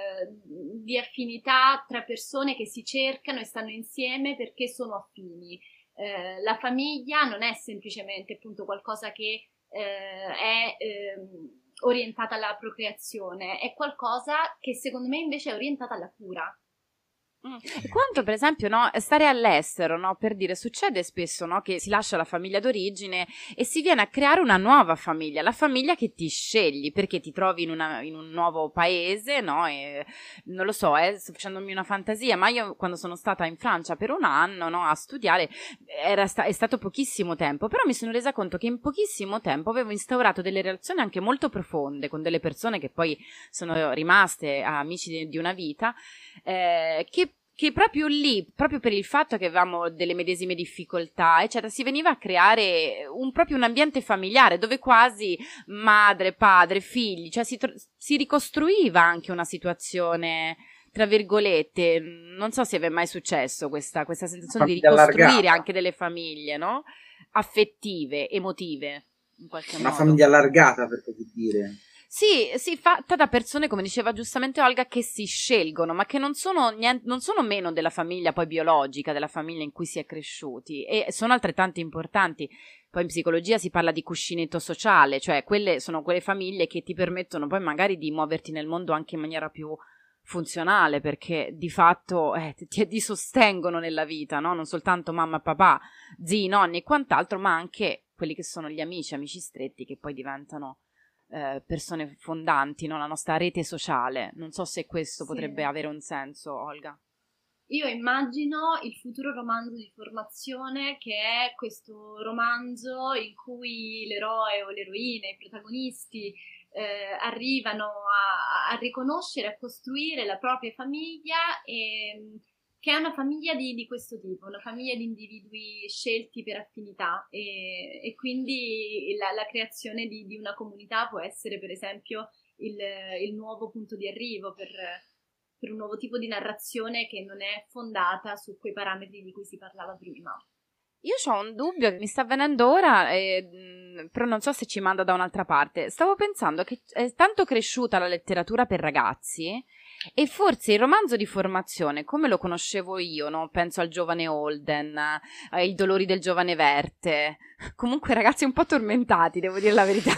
tra persone che si cercano e stanno insieme perché sono affini. La famiglia non è semplicemente appunto qualcosa che è orientata alla procreazione, è qualcosa che secondo me invece è orientata alla cura. Quanto per esempio stare all'estero, per dire, succede spesso che si lascia la famiglia d'origine e si viene a creare una nuova famiglia, la famiglia che ti scegli perché ti trovi in un nuovo paese, e non lo so, sto facendomi una fantasia, ma io quando sono stata in Francia per un anno a studiare è stato pochissimo tempo, però mi sono resa conto che in pochissimo tempo avevo instaurato delle relazioni anche molto profonde con delle persone che poi sono rimaste amici di una vita, che proprio lì, proprio per il fatto che avevamo delle medesime difficoltà, eccetera, si veniva a creare proprio un ambiente familiare dove quasi madre, padre, figli, cioè si ricostruiva anche una situazione, tra virgolette, non so se vi è mai successo questa sensazione di ricostruire anche delle famiglie, affettive, emotive, in qualche modo. Una famiglia allargata, per così dire. Sì, fatta da persone, come diceva giustamente Olga, che si scelgono, ma che non sono meno della famiglia poi biologica, della famiglia in cui si è cresciuti, e sono altrettanto importanti. Poi in psicologia si parla di cuscinetto sociale, cioè quelle sono quelle famiglie che ti permettono poi magari di muoverti nel mondo anche in maniera più funzionale, perché di fatto ti sostengono nella vita, no? Non soltanto mamma e papà, zii, nonni e quant'altro, ma anche quelli che sono gli amici stretti, che poi diventano persone fondanti, no? La nostra rete sociale. Non so se questo potrebbe avere un senso, Olga. Io immagino il futuro romanzo di formazione, che è questo romanzo in cui l'eroe o l'eroina, i protagonisti arrivano a riconoscere, a costruire la propria famiglia, che è una famiglia di questo tipo, una famiglia di individui scelti per affinità, e quindi la creazione di una comunità può essere per esempio il nuovo punto di arrivo per un nuovo tipo di narrazione che non è fondata su quei parametri di cui si parlava prima. Io ho un dubbio che mi sta venendo ora, però non so se ci manda da un'altra parte. Stavo pensando che è tanto cresciuta la letteratura per ragazzi, e forse il romanzo di formazione, come lo conoscevo io, no? Penso al giovane Holden, ai dolori del giovane Verte, comunque ragazzi un po' tormentati, devo dire la verità,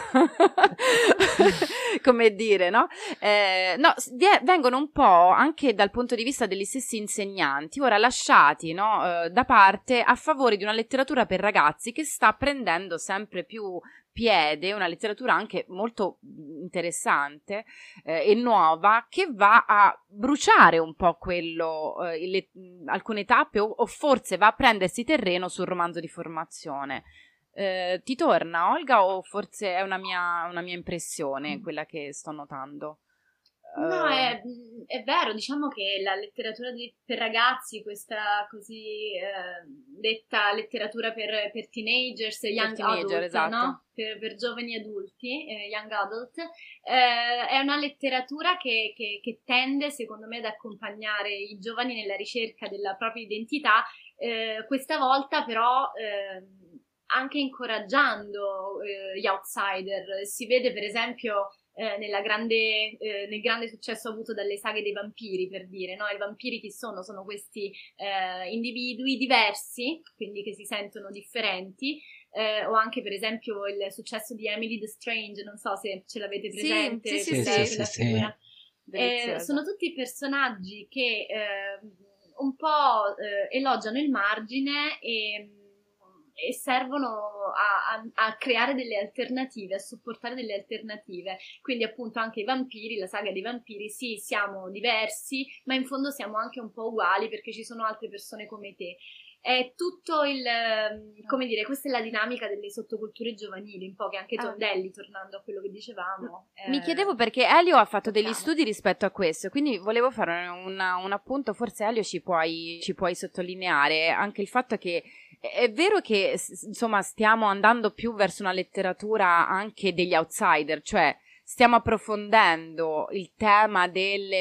come dire, no? No, vengono un po' anche dal punto di vista degli stessi insegnanti, ora lasciati, no? Da parte a favore di una letteratura per ragazzi che sta prendendo sempre più piede, una letteratura anche molto interessante e nuova, che va a bruciare un po' quello, alcune tappe, o forse va a prendersi terreno sul romanzo di formazione. Ti torna, Olga, o forse è una mia impressione quella che sto notando? No, è vero, diciamo che la letteratura per ragazzi, questa così detta letteratura per teenagers, young adult, esatto. no? Per giovani adulti, young adult, è una letteratura che tende, secondo me, ad accompagnare i giovani nella ricerca della propria identità, questa volta però anche incoraggiando gli outsider. Si vede per esempio nel grande successo avuto dalle saghe dei vampiri, per dire, no? I vampiri chi sono? Sono questi individui diversi, quindi che si sentono differenti, o anche per esempio il successo di Emily the Strange, non so se ce l'avete presente. Sì. Sono tutti personaggi che un po' elogiano il margine e servono a creare delle alternative, a supportare delle alternative. Quindi appunto anche i vampiri, la saga dei vampiri, sì, siamo diversi, ma in fondo siamo anche un po' uguali perché ci sono altre persone come te. È tutto come dire, questa è la dinamica delle sottoculture giovanili, un po' che anche Tondelli, tornando a quello che dicevamo. Mi chiedevo perché Elio ha fatto degli studi rispetto a questo, quindi volevo fare un appunto, forse Elio ci puoi sottolineare anche il fatto che è vero che insomma stiamo andando più verso una letteratura anche degli outsider, cioè stiamo approfondendo il tema delle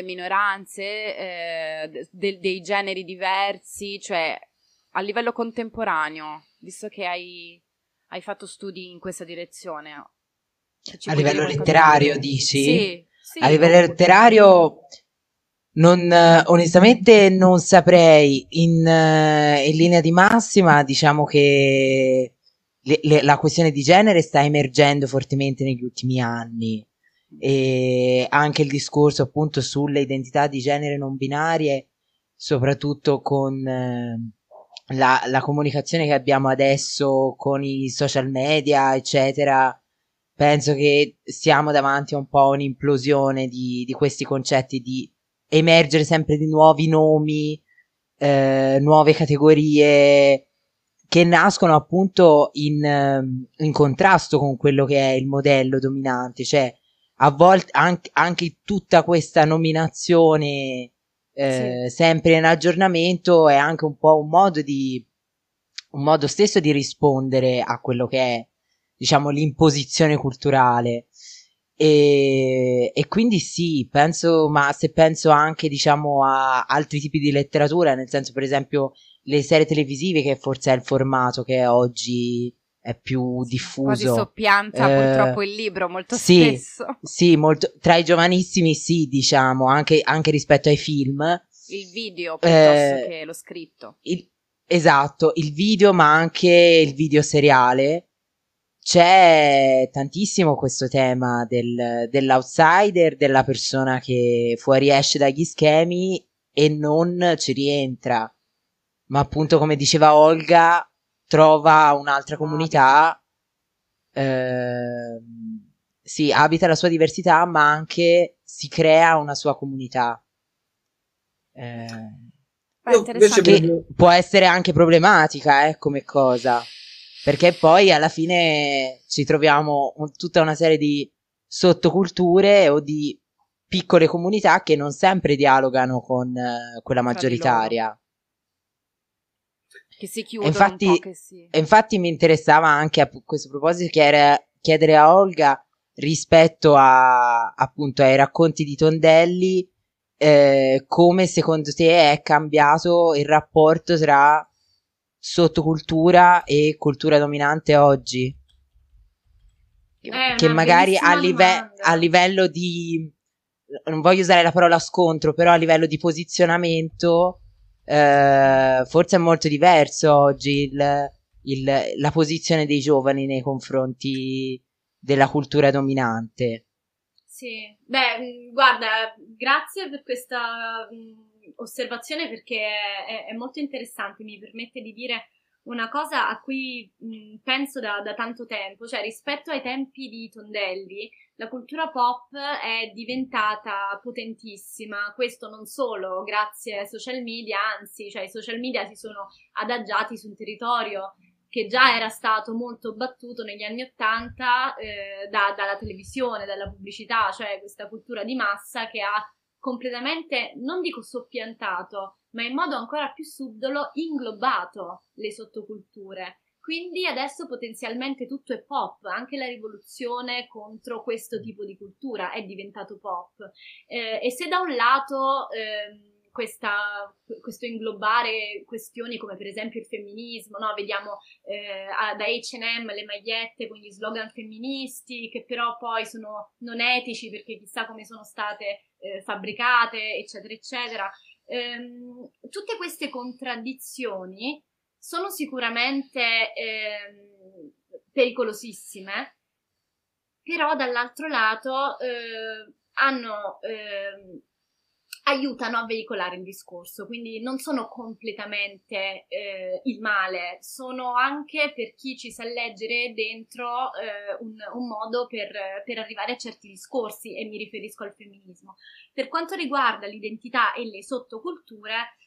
minoranze, dei generi diversi, cioè a livello contemporaneo, visto che hai fatto studi in questa direzione. A livello letterario, dici? Sì. A livello letterario onestamente non saprei. In linea di massima diciamo che la questione di genere sta emergendo fortemente negli ultimi anni, e anche il discorso appunto sulle identità di genere non binarie, soprattutto con la comunicazione che abbiamo adesso con i social media eccetera. Penso che siamo davanti a un po' un'implosione di questi concetti, di emergere sempre di nuovi nomi, nuove categorie che nascono appunto in contrasto con quello che è il modello dominante, cioè a volte anche tutta questa nominazione sempre in aggiornamento è anche un po' un modo stesso di rispondere a quello che è, diciamo, l'imposizione culturale. E quindi sì, penso, ma se penso anche, diciamo, a altri tipi di letteratura, nel senso, per esempio, le serie televisive, che forse è il formato che oggi è più quasi diffuso. soppianta purtroppo il libro molto Sì, spesso. sì, molto, tra i giovanissimi sì, diciamo, anche rispetto ai film. Il video piuttosto che lo scritto. Esatto, il video, ma anche il video seriale. C'è tantissimo questo tema dell'outsider, della persona che fuoriesce dagli schemi e non ci rientra, ma appunto, come diceva Olga, trova un'altra comunità, sì, abita la sua diversità, ma anche si crea una sua comunità. Che può essere anche problematica, come cosa, perché poi alla fine ci troviamo tutta una serie di sottoculture o di piccole comunità che non sempre dialogano con quella maggioritaria, che si chiudono un po', che sì. E infatti mi interessava anche a questo proposito chiedere a Olga rispetto appunto ai racconti di Tondelli, come secondo te è cambiato il rapporto tra sottocultura e cultura dominante oggi? Che magari a livello di, non voglio usare la parola scontro, però a livello di posizionamento forse è molto diverso oggi la posizione dei giovani nei confronti della cultura dominante. Sì, beh, guarda, grazie per questa osservazione, perché è molto interessante, mi permette di dire una cosa a cui penso da tanto tempo, cioè rispetto ai tempi di Tondelli la cultura pop è diventata potentissima, questo non solo grazie ai social media, anzi, cioè i social media si sono adagiati su un territorio che già era stato molto battuto negli anni '80 dalla televisione, dalla pubblicità, cioè questa cultura di massa che ha completamente, non dico soppiantato, ma in modo ancora più subdolo inglobato le sottoculture. Quindi adesso potenzialmente tutto è pop, anche la rivoluzione contro questo tipo di cultura è diventato pop. E se da un lato questo inglobare questioni come per esempio il femminismo, no? Vediamo da H&M le magliette con gli slogan femministi che però poi sono non etici perché chissà come sono state fabbricate, eccetera eccetera. Tutte queste contraddizioni sono sicuramente pericolosissime, però dall'altro lato aiutano a veicolare il discorso, quindi non sono completamente il male, sono anche, per chi ci sa leggere dentro, un modo per arrivare a certi discorsi, e mi riferisco al femminismo. Per quanto riguarda l'identità e le sottoculture,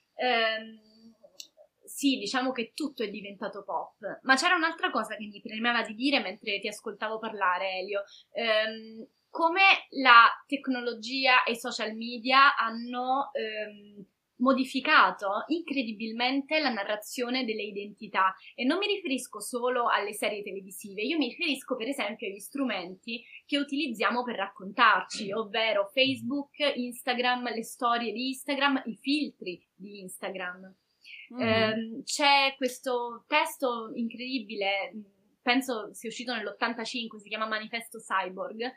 sì, diciamo che tutto è diventato pop, ma c'era un'altra cosa che mi premeva di dire mentre ti ascoltavo parlare, Elio. Come la tecnologia e i social media hanno modificato incredibilmente la narrazione delle identità, e non mi riferisco solo alle serie televisive, io mi riferisco per esempio agli strumenti che utilizziamo per raccontarci, ovvero Facebook, Instagram, le storie di Instagram, i filtri di Instagram. C'è questo testo incredibile, penso sia uscito nell'85, si chiama Manifesto Cyborg,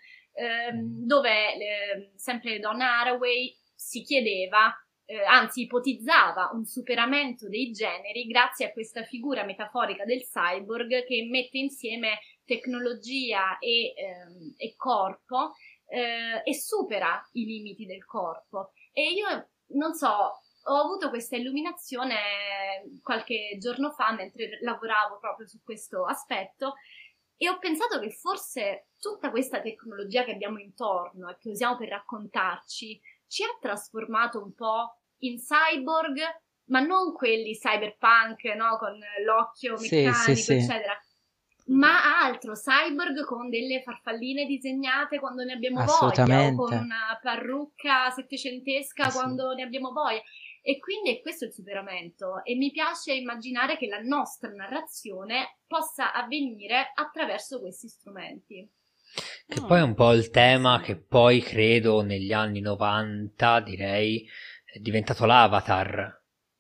dove sempre Donna Haraway si chiedeva, anzi ipotizzava un superamento dei generi grazie a questa figura metaforica del cyborg che mette insieme tecnologia e corpo e supera i limiti del corpo. E io non so, ho avuto questa illuminazione qualche giorno fa mentre lavoravo proprio su questo aspetto, e ho pensato che forse tutta questa tecnologia che abbiamo intorno e che usiamo per raccontarci ci ha trasformato un po' in cyborg, ma non quelli cyberpunk, no? Con l'occhio meccanico, sì. eccetera, ma altro, cyborg con delle farfalline disegnate quando ne abbiamo voglia, o con una parrucca settecentesca quando ne abbiamo voglia. E quindi è questo il superamento, e mi piace immaginare che la nostra narrazione possa avvenire attraverso questi strumenti. Che poi è un po' il tema che poi credo negli anni 90, direi, è diventato l'avatar.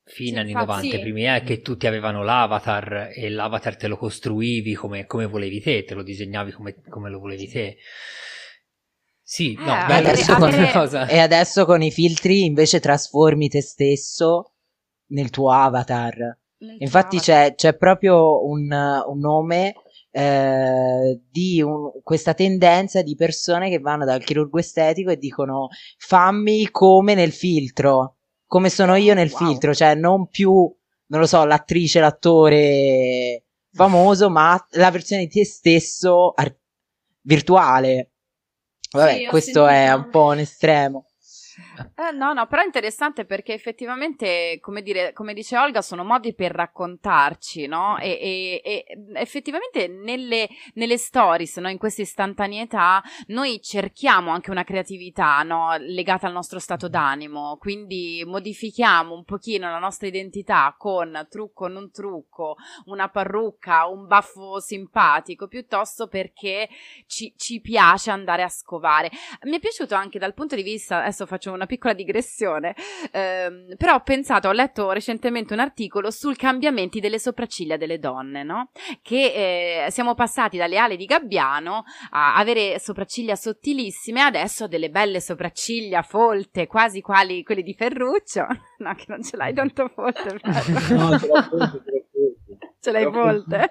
fine anni infatti 90, sì. i primi che tutti avevano l'avatar e l'avatar te lo costruivi come volevi te lo disegnavi come lo volevi te. Sì, no, E bello adesso, questa cosa. e adesso con i filtri invece trasformi te stesso nel tuo avatar. Infatti c'è proprio un nome di questa tendenza di persone che vanno dal chirurgo estetico e dicono fammi come nel filtro, come sono io nel filtro, cioè non più, non lo so, l'attrice, l'attore famoso, ma la versione di te stesso virtuale. Vabbè, Sì, ho questo è sentito. un po' un estremo. No, però è interessante perché effettivamente, come dice Olga, sono modi per raccontarci, no? E effettivamente nelle stories, no? In questa istantaneità, noi cerchiamo anche una creatività, no? Legata al nostro stato d'animo, quindi modifichiamo un pochino la nostra identità con trucco, non trucco, una parrucca, un baffo simpatico, piuttosto perché ci piace andare a scovare. Mi è piaciuto anche dal punto di vista, adesso faccio una piccola digressione, però ho letto recentemente un articolo sul cambiamenti delle sopracciglia delle donne, no? Che siamo passati dalle ali di gabbiano a avere sopracciglia sottilissime, adesso a delle belle sopracciglia folte, quasi quali quelle di Ferruccio. No, che non ce l'hai tanto folte. No, ce l'ho folte. Ce l'hai folte?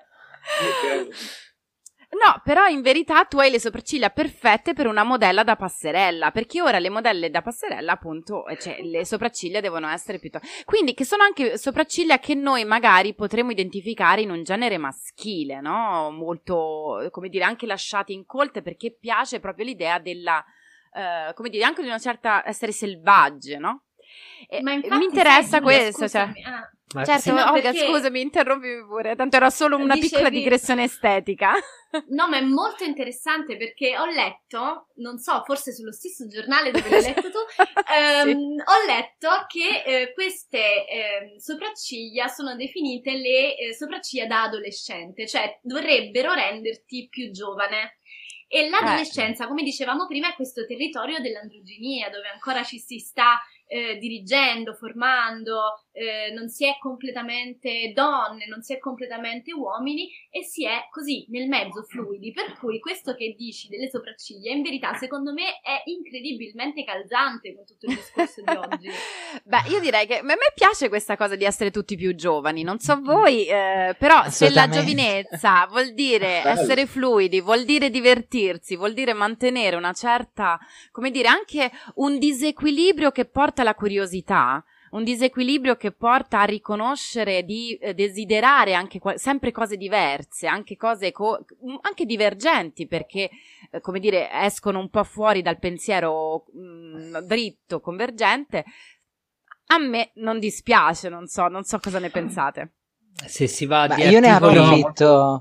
No, però in verità tu hai le sopracciglia perfette per una modella da passerella, perché ora le modelle da passerella, appunto, cioè le sopracciglia devono essere piuttosto... Quindi che sono anche sopracciglia che noi magari potremmo identificare in un genere maschile, no? Molto, come dire, anche lasciate incolte, perché piace proprio l'idea della, come dire, anche di una certa essere selvagge, no? Ma infatti, mi interessa sai, Giulia, questo, cioè... Ma Certo, no, Olga, perché- scusami, interrompimi pure, tanto era solo una piccola digressione estetica. No, ma è molto interessante perché ho letto, non so, forse sullo stesso giornale dove l'hai letto tu, Sì. ho letto che queste sopracciglia sono definite le sopracciglia da adolescente, cioè dovrebbero renderti più giovane. E l'adolescenza, come dicevamo prima, è questo territorio dell'androginia, dove ancora ci si sta dirigendo, formando, non si è completamente donne, non si è completamente uomini e si è così nel mezzo fluidi, per cui questo che dici delle sopracciglia in verità secondo me è incredibilmente calzante con tutto il discorso di oggi. Beh, io direi che a me piace questa cosa di essere tutti più giovani, non so voi, però se la giovinezza vuol dire essere fluidi, vuol dire divertirsi, vuol dire mantenere una certa, come dire, anche un disequilibrio che porta alla curiosità, un disequilibrio che porta a riconoscere, di desiderare anche sempre cose diverse, anche cose anche divergenti, perché come dire escono un po' fuori dal pensiero dritto, convergente. A me non dispiace, non so cosa ne pensate. Se si va di io ne articoli... approfitto.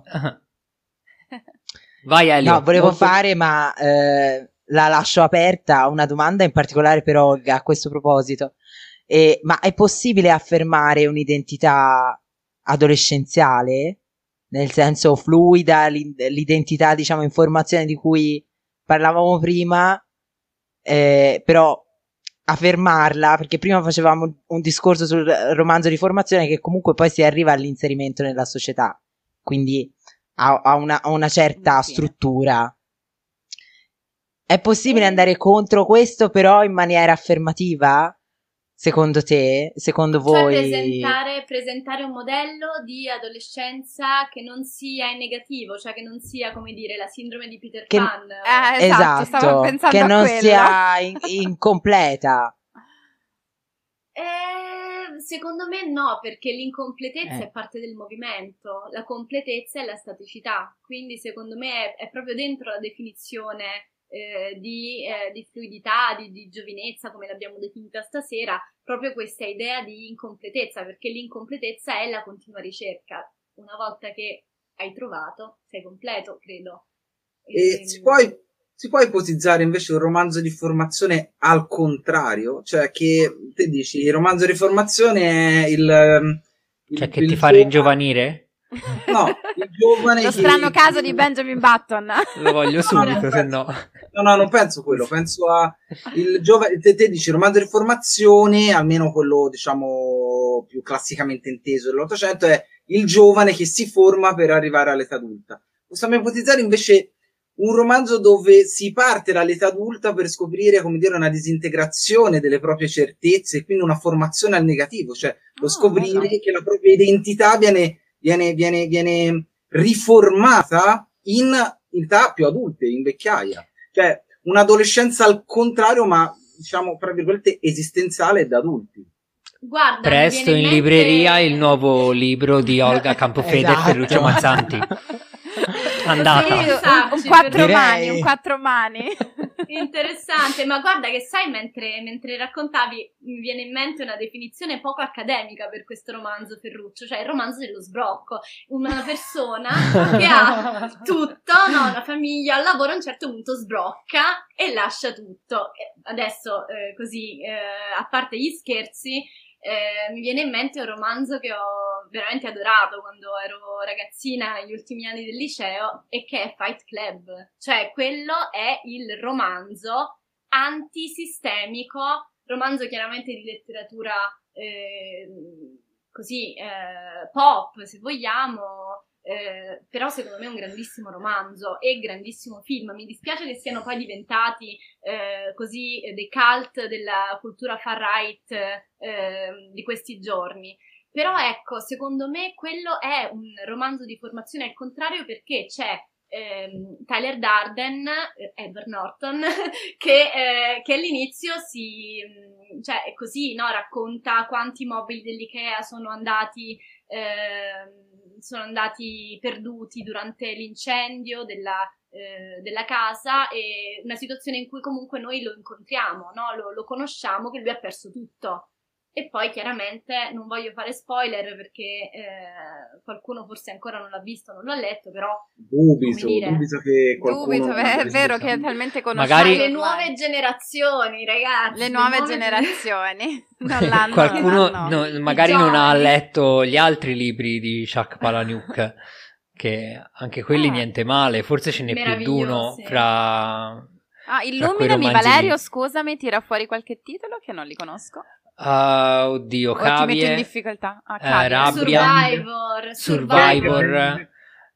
Vai Elio. No, volevo fare, ma la lascio aperta, una domanda in particolare per Olga a questo proposito. Ma è possibile affermare un'identità adolescenziale? Nel senso fluida, l'identità, diciamo, informazione di cui parlavamo prima, però affermarla, perché prima facevamo un discorso sul romanzo di formazione che comunque poi si arriva all'inserimento nella società, quindi ha una certa struttura. È possibile andare contro questo però in maniera affermativa? Secondo te? Secondo voi? Cioè presentare un modello di adolescenza che non sia in negativo, cioè che non sia, come dire, la sindrome di Peter Pan. Esatto, stavo pensando che a non quello. sia incompleta. Secondo me no, perché l'incompletezza è parte del movimento, la completezza è la staticità, quindi secondo me è proprio dentro la definizione di fluidità, di giovinezza, come l'abbiamo definita stasera, proprio questa idea di incompletezza, perché l'incompletezza è la continua ricerca. Una volta che hai trovato, sei completo, credo. E si può ipotizzare invece un romanzo di formazione al contrario, cioè che te dici il romanzo di formazione è cioè che ti fa ringiovanire? No, il giovane lo strano caso di Benjamin Button. Lo voglio subito, se no. No, non penso quello, penso a il giovane, te dici romanzo di formazione, almeno quello, diciamo, senso più classicamente inteso dell'Ottocento, è il giovane che si forma per arrivare all'età adulta. Possiamo ipotizzare invece un romanzo dove si parte dall'età adulta per scoprire, come dire, una disintegrazione delle proprie certezze e quindi una formazione al negativo, cioè lo scoprire che la propria identità viene riformata in età più adulte, in vecchiaia. Cioè un'adolescenza al contrario, ma diciamo, tra virgolette, esistenziale da adulti. Guarda, presto in libreria il nuovo libro di Olga Campofede e Ferruccio Mazzanti. Andata. Un quattro mani. Interessante, ma guarda che sai, mentre raccontavi mi viene in mente una definizione poco accademica per questo romanzo, Ferruccio, cioè il romanzo dello sbrocco. Una persona che ha tutto, no, una famiglia, al lavoro, a un certo punto sbrocca e lascia tutto. Adesso, così, a parte gli scherzi, mi viene in mente un romanzo che ho veramente adorato quando ero ragazzina, negli ultimi anni del liceo, e che è Fight Club. Cioè, quello è il romanzo antisistemico, romanzo chiaramente di letteratura pop, se vogliamo, però secondo me è un grandissimo romanzo e grandissimo film. Mi dispiace che siano poi diventati così dei cult della cultura far-right di questi giorni, però ecco, secondo me quello è un romanzo di formazione al contrario, perché c'è Tyler Durden, Edward Norton, che all'inizio cioè è così, no? Racconta quanti mobili dell'Ikea sono andati perduti durante l'incendio della casa, e una situazione in cui comunque noi lo incontriamo, no? Lo conosciamo, che lui ha perso tutto. E poi chiaramente non voglio fare spoiler perché qualcuno forse ancora non l'ha visto, non l'ha letto, però dubito che qualcuno è vero che è talmente conosciuto. Magari le nuove generazioni, ragazzi, le nuove generazioni non l'hanno, qualcuno magari non ha giovani. letto gli altri libri di Chuck Palahniuk, che anche quelli niente male, forse ce n'è più di uno Meravigliosi. fra illuminami, romanzi Valerio, lì. scusami, tira fuori qualche titolo che non li conosco. Oddio, O ti metto in Cavie, difficoltà. Cavie. Rabbia, Survivor,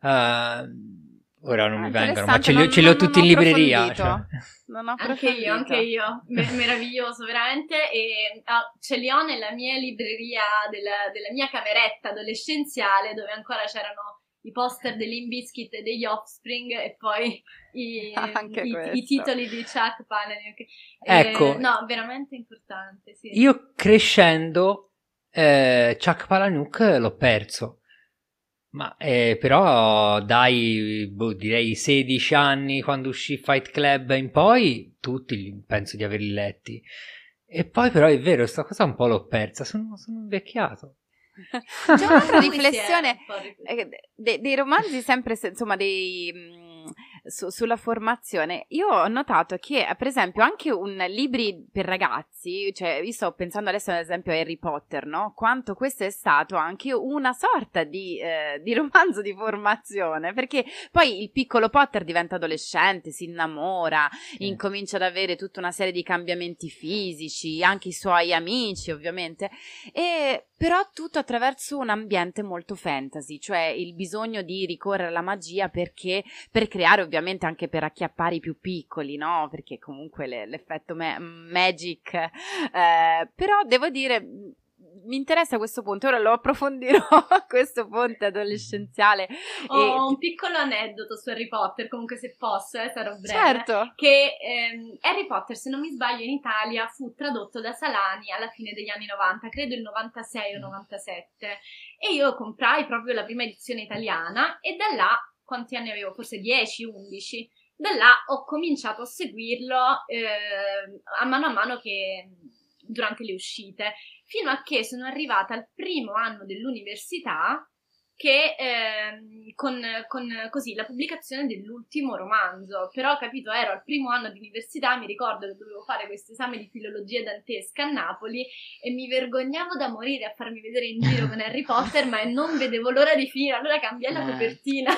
ora non mi vengono, ma ce li ho tutti in libreria. Cioè. Non ho Anche io. Meraviglioso, veramente. E ce li ho nella mia libreria della mia cameretta adolescenziale, dove ancora c'erano i poster degli Limp Bizkit e degli Offspring, e poi i titoli di Chuck Palahniuk. Ecco, no, veramente importante, sì. Io crescendo Chuck Palahniuk l'ho perso, ma però dai, direi 16 anni, quando uscì Fight Club in poi, tutti penso di averli letti, e poi però è vero, sta cosa un po' l'ho persa, sono invecchiato. C'è un'altra riflessione dei romanzi, sempre insomma sulla formazione. Io ho notato che, per esempio, anche libri per ragazzi, cioè io sto pensando adesso ad esempio a Harry Potter, no? Quanto questo è stato anche una sorta di romanzo di formazione, perché poi il piccolo Potter diventa adolescente, si innamora, incomincia ad avere tutta una serie di cambiamenti fisici, anche i suoi amici ovviamente, però tutto attraverso un ambiente molto fantasy, cioè il bisogno di ricorrere alla magia per creare, ovviamente anche per acchiappare i più piccoli, no? Perché comunque l'effetto magic, però devo dire, mi interessa questo punto, ora lo approfondirò a questo punto adolescenziale. Ho un piccolo aneddoto su Harry Potter, comunque se posso, sarò breve. Certo. Che Harry Potter, se non mi sbaglio, in Italia fu tradotto da Salani alla fine degli anni 90, credo il 96 o 97, e io comprai proprio la prima edizione italiana, e da là, quanti anni avevo? Forse 10, 11, da là ho cominciato a seguirlo a mano che durante le uscite, fino a che sono arrivata al primo anno dell'università, che con così la pubblicazione dell'ultimo romanzo. Però, capito, ero al primo anno di università, mi ricordo che dovevo fare questo esame di filologia dantesca a Napoli e mi vergognavo da morire a farmi vedere in giro con Harry Potter, ma non vedevo l'ora di finire, allora cambiai la copertina.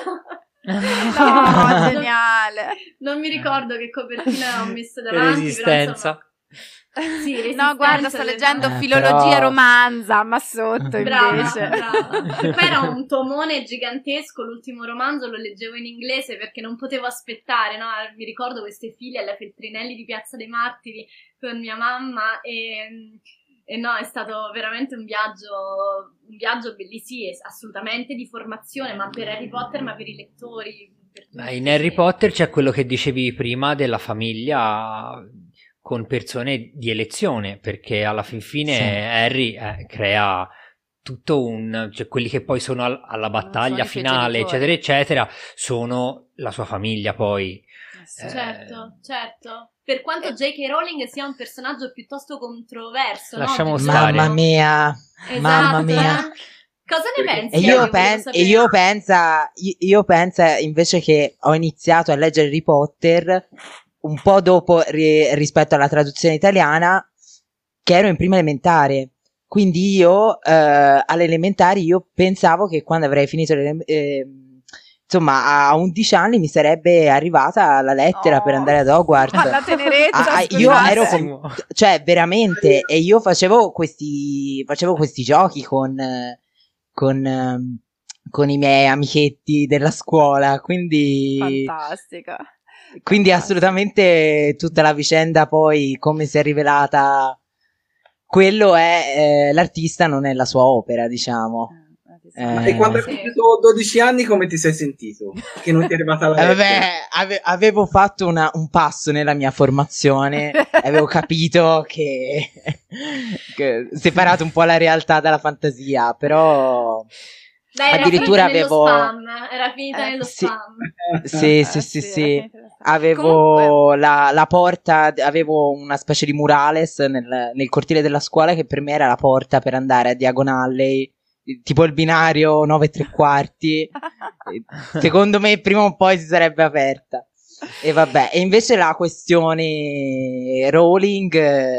No, geniale. Non mi ricordo che copertina ho messo davanti, Resistenza. Però, insomma, Sì, No, guarda, sto leggendo filologia però... romanza, ma sotto invece. Brava. Poi era un tomone gigantesco, l'ultimo romanzo lo leggevo in inglese perché non potevo aspettare, no? Mi ricordo queste file alla Feltrinelli di Piazza dei Martiri con mia mamma e no, è stato veramente un viaggio bellissimo, assolutamente di formazione, ma per Harry Potter, ma per i lettori. Per tutti, In Harry sì. Potter c'è quello che dicevi prima della famiglia con persone di elezione, perché alla fin fine Sì. Harry crea tutto cioè quelli che poi sono alla Non battaglia sono i suoi finale, genitori. eccetera, eccetera, sono la sua famiglia poi. Sì. Certo. Per quanto J.K. Rowling sia un personaggio piuttosto controverso, Lasciamo no? stare. Mamma mia, Esatto, mamma mia. Cosa ne Perché- pensi? E io, Volevo sapere. io penso invece che ho iniziato a leggere Harry Potter un po' dopo rispetto alla traduzione italiana, che ero in prima elementare. Quindi io alle elementari io pensavo che quando avrei finito insomma a 11 anni mi sarebbe arrivata la lettera per andare ad Hogwarts. Alla tenerezza, Io ero scusate. cioè veramente, e io facevo questi giochi con i miei amichetti della scuola, quindi Fantastica. assolutamente tutta la vicenda poi come si è rivelata, quello è l'artista non è la sua opera, diciamo. E quando hai compiuto 12 anni come ti sei sentito? Che non ti è arrivata la lettera? Vabbè, avevo fatto un passo nella mia formazione, avevo capito che separato un po' la realtà dalla fantasia, però Dai, addirittura era finita nello sì, spam. sì. Avevo la porta, avevo una specie di murales nel cortile della scuola che per me era la porta per andare a Diagon Alley, tipo il binario 9 3/4. Secondo me prima o poi si sarebbe aperta. E vabbè, e invece la questione Rowling,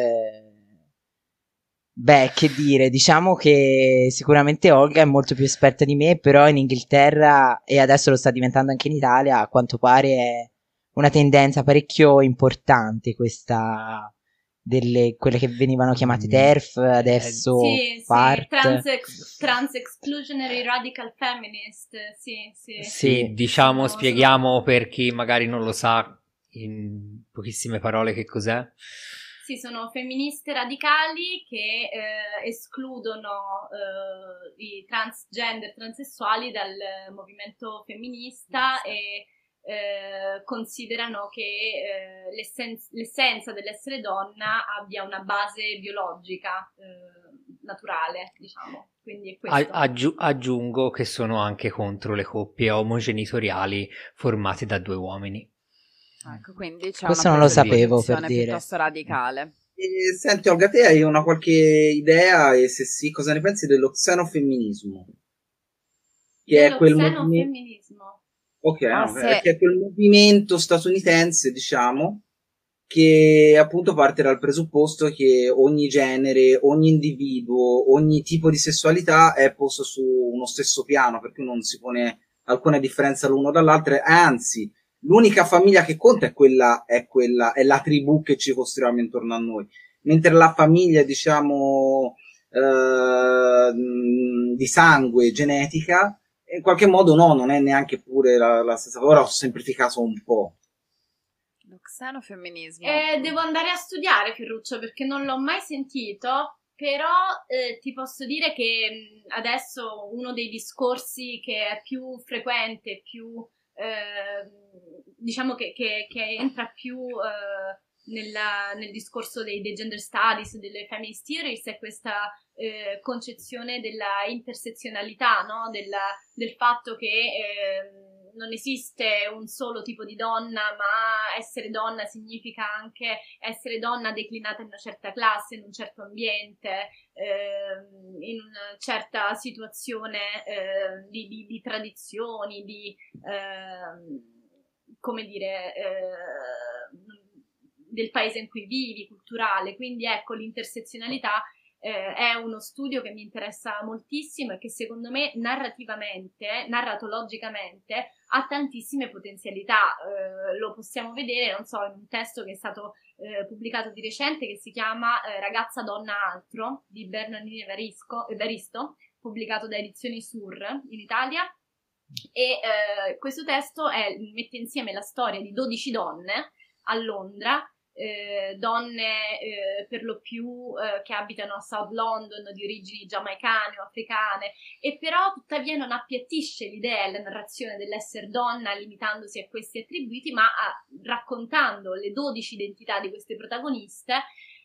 beh, che dire, diciamo che sicuramente Olga è molto più esperta di me, però in Inghilterra, e adesso lo sta diventando anche in Italia, a quanto pare è una tendenza parecchio importante questa quelle che venivano chiamate TERF, adesso sì, FART. Trans Exclusionary Radical Feminist, sì. Sì, diciamo, spieghiamo per chi magari non lo sa in pochissime parole che cos'è. Sì, sono femministe radicali che escludono i transgender, transessuali dal movimento femminista e considerano che l'essenza dell'essere donna abbia una base biologica naturale, diciamo. Quindi è questo. Aggiungo che sono anche contro le coppie omogenitoriali formate da 2 uomini. Ecco, quindi c'è Questo una non lo sapevo, per dire. piuttosto radicale. Senti Olga, te hai una qualche idea, e se sì, cosa ne pensi dello xenofemminismo? Che è quel xenofemminismo. Ok, che è quel movimento statunitense, diciamo, che appunto parte dal presupposto che ogni genere, ogni individuo, ogni tipo di sessualità è posto su uno stesso piano, per cui non si pone alcuna differenza l'uno dall'altro, anzi, l'unica famiglia che conta è la tribù che ci costruiamo intorno a noi, mentre la famiglia, diciamo, di sangue, genetica, in qualche modo no, non è neanche pure la stessa cosa. Ora ho semplificato un po'. Lo xenofemminismo. Devo andare a studiare, Ferruccio, perché non l'ho mai sentito, però ti posso dire che adesso uno dei discorsi che è più frequente, più diciamo che entra più nel discorso dei gender studies, delle feminist theories, è questa concezione della intersezionalità, no? del fatto che non esiste un solo tipo di donna, ma essere donna significa anche essere donna declinata in una certa classe, in un certo ambiente, in una certa situazione di tradizioni, come dire, del paese in cui vivi, culturale. Quindi ecco, l'intersezionalità è uno studio che mi interessa moltissimo e che secondo me narratologicamente ha tantissime potenzialità. Lo possiamo vedere, non so, in un testo che è stato pubblicato di recente che si chiama Ragazza, donna, altro di Bernardino Evaristo, pubblicato da Edizioni Sur in Italia. E questo testo mette insieme la storia di 12 donne a Londra, donne per lo più che abitano a South London, di origini giamaicane o africane, e però tuttavia non appiattisce l'idea e la narrazione dell'essere donna limitandosi a questi attributi, ma raccontando le 12 identità di queste protagoniste.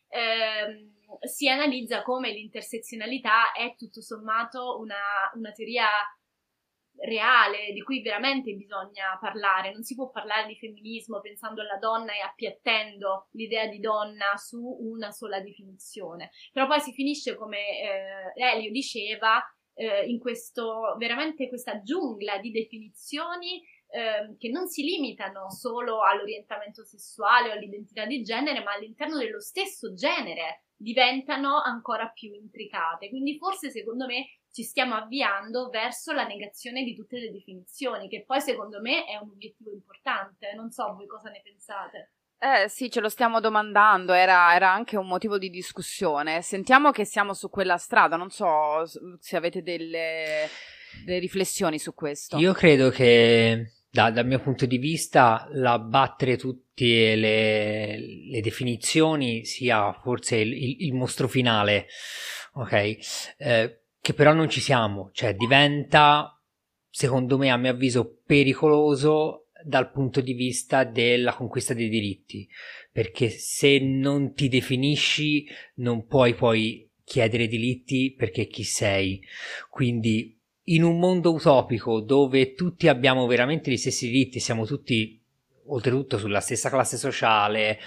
Si analizza come l'intersezionalità è tutto sommato una teoria reale, di cui veramente bisogna parlare. Non si può parlare di femminismo pensando alla donna e appiattendo l'idea di donna su una sola definizione, però poi si finisce, come Elio diceva, in veramente questa giungla di definizioni che non si limitano solo all'orientamento sessuale o all'identità di genere, ma all'interno dello stesso genere diventano ancora più intricate. Quindi forse, secondo me, ci stiamo avviando verso la negazione di tutte le definizioni, che poi secondo me è un obiettivo importante. Non so voi cosa ne pensate. Sì, ce lo stiamo domandando, era anche un motivo di discussione. Sentiamo che siamo su quella strada, non so se avete delle riflessioni su questo. Io credo che dal mio punto di vista l'abbattere tutte le definizioni sia forse il mostro finale, ok? Che però non ci siamo, cioè diventa, secondo me, a mio avviso, pericoloso dal punto di vista della conquista dei diritti, perché se non ti definisci non puoi poi chiedere diritti, perché chi sei? Quindi in un mondo utopico dove tutti abbiamo veramente gli stessi diritti, siamo tutti oltretutto sulla stessa classe sociale,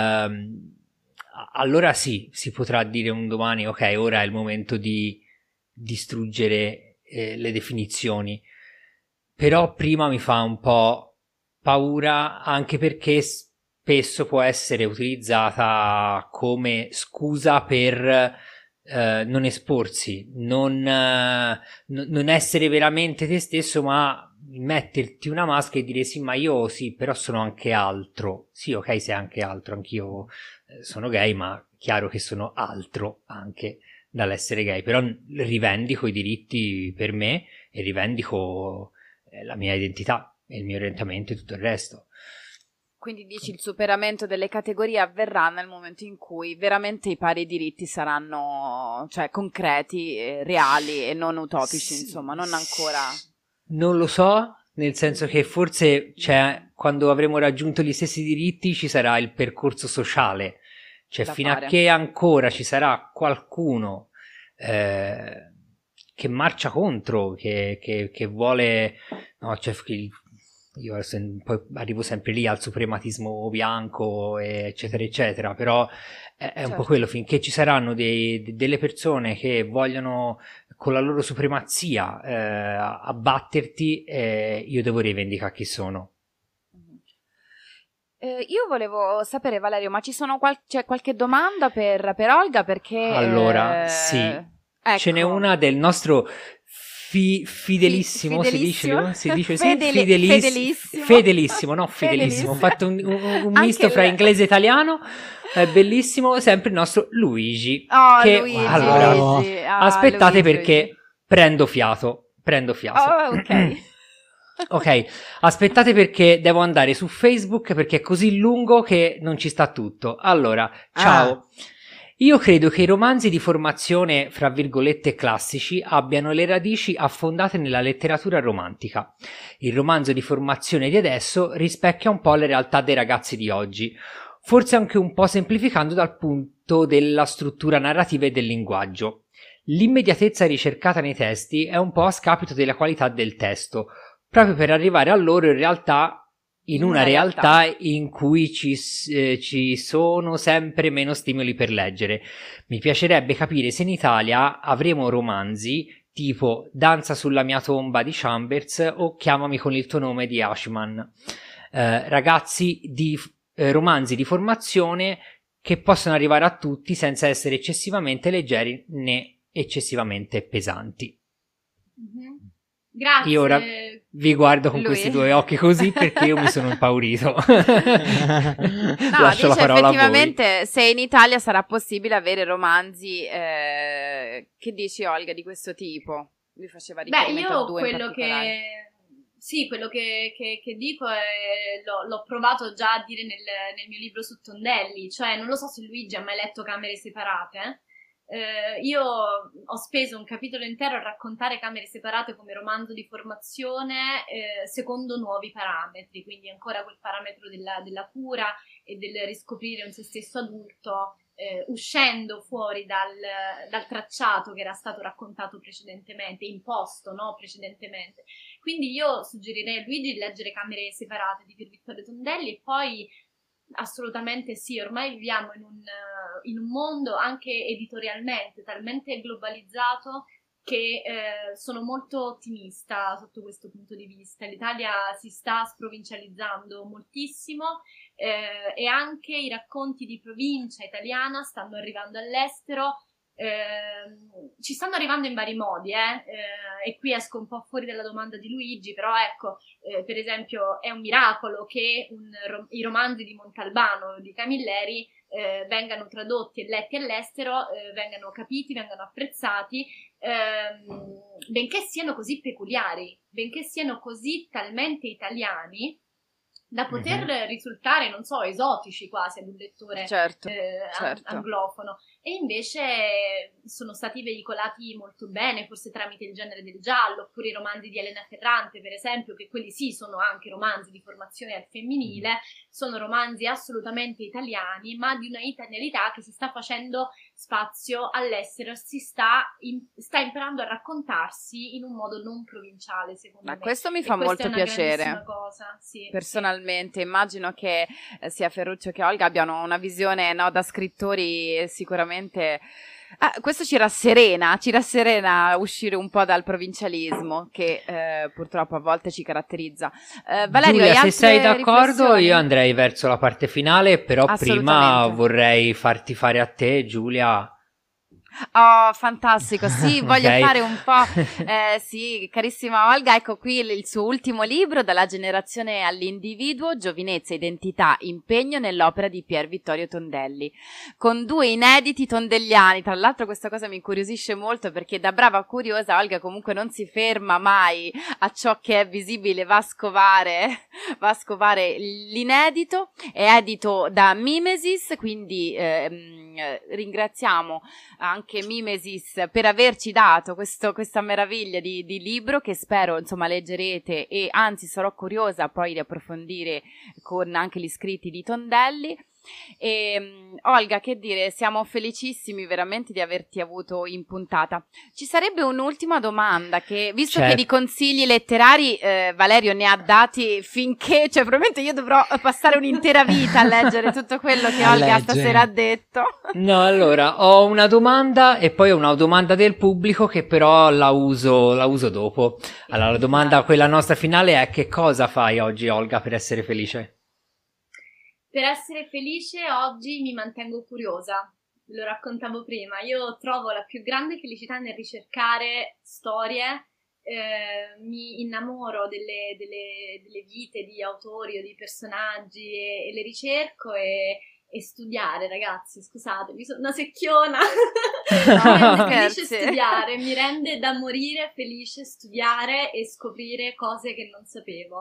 allora sì, si potrà dire un domani, ok, ora è il momento di distruggere le definizioni, però prima mi fa un po' paura, anche perché spesso può essere utilizzata come scusa per non esporsi, non essere veramente te stesso, ma metterti una maschera e dire sì, ma io sì, però sono anche altro. Sì, ok, sei anche altro, anch'io sono gay, ma chiaro che sono altro anche dall'essere gay, però rivendico i diritti per me e rivendico la mia identità e il mio orientamento e tutto il resto. Quindi dici il superamento delle categorie avverrà nel momento in cui veramente i pari diritti saranno, cioè, concreti, reali e non utopici, insomma, non ancora. Non lo so, nel senso che forse quando avremo raggiunto gli stessi diritti ci sarà il percorso sociale. Cioè, fino a che ancora ci sarà qualcuno che marcia contro, che vuole, no, cioè, io poi arrivo sempre lì al suprematismo bianco, eccetera, eccetera, però è un po' quello, finché ci saranno delle persone che vogliono con la loro supremazia abbatterti, io devo rivendicare chi sono. Io volevo sapere, Valerio, ma ci sono c'è qualche domanda per Olga? Perché allora sì, ecco. Ce n'è una del nostro fidelissimo, si dice fedelissimo, no, fedelissimo. Ho fatto un misto fra inglese e italiano, è bellissimo, sempre il nostro Luigi. Luigi, allora, Luigi. Aspettate, Luigi, perché Luigi. Prendo fiato. Ok. Ok, aspettate perché devo andare su Facebook, perché è così lungo che non ci sta tutto. Allora, ciao. Io credo che i romanzi di formazione, fra virgolette, classici abbiano le radici affondate nella letteratura romantica. Il romanzo di formazione di adesso rispecchia un po' le realtà dei ragazzi di oggi, forse anche un po' semplificando dal punto della struttura narrativa e del linguaggio. L'immediatezza ricercata nei testi è un po' a scapito della qualità del testo, proprio per arrivare a loro in una realtà in cui ci sono sempre meno stimoli per leggere. Mi piacerebbe capire se in Italia avremo romanzi tipo Danza sulla mia tomba di Chambers o Chiamami con il tuo nome di Ashman, romanzi di formazione che possono arrivare a tutti senza essere eccessivamente leggeri né eccessivamente pesanti. Mm-hmm. Grazie. Io ora vi guardo con Lui. questi due occhi così perché io mi sono impaurito. No, Lascio la dice parola a voi. effettivamente se in Italia sarà possibile avere romanzi, che dici Olga di questo tipo? Lui faceva riferimento a io due in quello particolare. quello che dico è, l'ho provato già a dire nel mio libro su Tondelli, cioè non lo so se Luigi ha mai letto Camere separate. Io ho speso un capitolo intero a raccontare Camere separate come romanzo di formazione secondo nuovi parametri, quindi ancora quel parametro della cura e del riscoprire un se stesso adulto, uscendo fuori dal tracciato che era stato raccontato precedentemente, imposto, no? Precedentemente. Quindi io suggerirei a Luigi di leggere Camere separate di Pier Vittorio Tondelli e poi assolutamente sì, ormai viviamo in un mondo anche editorialmente talmente globalizzato che sono molto ottimista sotto questo punto di vista. L'Italia si sta sprovincializzando moltissimo e anche i racconti di provincia italiana stanno arrivando all'estero. Ci stanno arrivando in vari modi e qui esco un po' fuori dalla domanda di Luigi, però ecco, per esempio è un miracolo che i romanzi di Montalbano di Camilleri vengano tradotti e letti all'estero, vengano capiti, vengano apprezzati, benché siano così peculiari, benché siano così talmente italiani da poter risultare, non so, esotici quasi ad un lettore certo. anglofono. E invece sono stati veicolati molto bene, forse tramite il genere del giallo, oppure i romanzi di Elena Ferrante, per esempio, che quelli sì sono anche romanzi di formazione al femminile, sono romanzi assolutamente italiani, ma di una italianità che si sta facendo spazio all'estero, sta imparando a raccontarsi in un modo non provinciale, secondo me. Questo mi fa molto piacere. Cosa. Sì, personalmente, immagino che sia Ferruccio che Olga abbiano una visione, no, da scrittori sicuramente. Questo ci rasserena a uscire un po' dal provincialismo che purtroppo a volte ci caratterizza. Valerio, Giulia, hai se sei altre d'accordo riflessioni? io andrei verso la parte finale, però prima vorrei farti fare a te, Giulia. Oh, fantastico, sì, voglio Ok. fare un po', sì, carissima Olga, ecco qui il suo ultimo libro, Dalla generazione all'individuo, giovinezza, identità, impegno nell'opera di Pier Vittorio Tondelli, con 2 inediti tondelliani. Tra l'altro questa cosa mi incuriosisce molto perché da brava curiosa Olga comunque non si ferma mai a ciò che è visibile, va a scovare l'inedito, è edito da Mimesis, quindi ringraziamo anche Mimesis per averci dato questa meraviglia di libro che spero insomma leggerete, e anzi sarò curiosa poi di approfondire con anche gli scritti di Tondelli. E Olga, che dire, siamo felicissimi veramente di averti avuto in puntata. Ci sarebbe un'ultima domanda che, visto che di consigli letterari Valerio ne ha dati finché, cioè probabilmente io dovrò passare un'intera vita a leggere tutto quello che Olga stasera ha detto. No, allora ho una domanda e poi ho una domanda del pubblico che però la uso dopo. Allora la domanda, quella nostra finale, è: che cosa fai oggi, Olga, per essere felice? Per essere felice oggi mi mantengo curiosa, ve lo raccontavo prima, io trovo la più grande felicità nel ricercare storie, mi innamoro delle vite di autori o di personaggi e le ricerco e studiare, ragazzi, scusatemi, sono una secchiona. Mi rende felice studiare, mi rende da morire felice studiare e scoprire cose che non sapevo.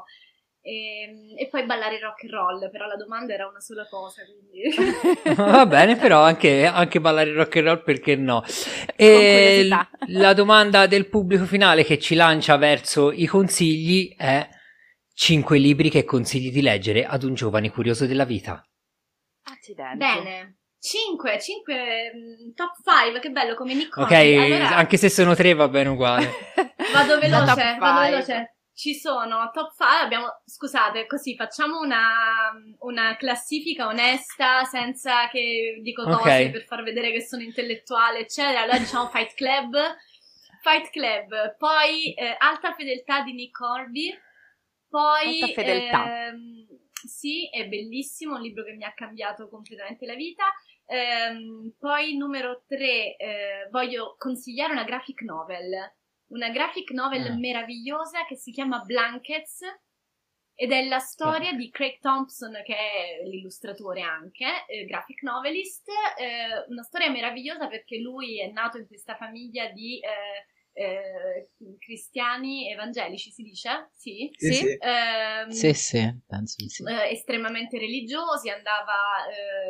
E poi ballare rock and roll, però la domanda era una sola cosa, quindi va bene, però anche ballare rock and roll, perché no? E la domanda del pubblico finale che ci lancia verso i consigli è: 5 libri che consigli di leggere ad un giovane curioso della vita. Accidenti. Bene, 5 top 5, che bello, come Nick Ok, allora, anche se sono 3 va bene uguale. Vado veloce. Ci sono top 5, scusate, così facciamo una classifica onesta, senza che dico cose per far vedere che sono intellettuale, eccetera. Allora diciamo Fight Club, poi Alta fedeltà di Nick Hornby, poi Alta fedeltà. Sì, è bellissimo, un libro che mi ha cambiato completamente la vita. Poi numero 3, voglio consigliare una graphic novel meravigliosa che si chiama Blankets, ed è la storia di Craig Thompson, che è l'illustratore anche, graphic novelist. Una storia meravigliosa perché lui è nato in questa famiglia di cristiani evangelici, si dice? Sì? Sì, penso di sì. Estremamente religiosi, andava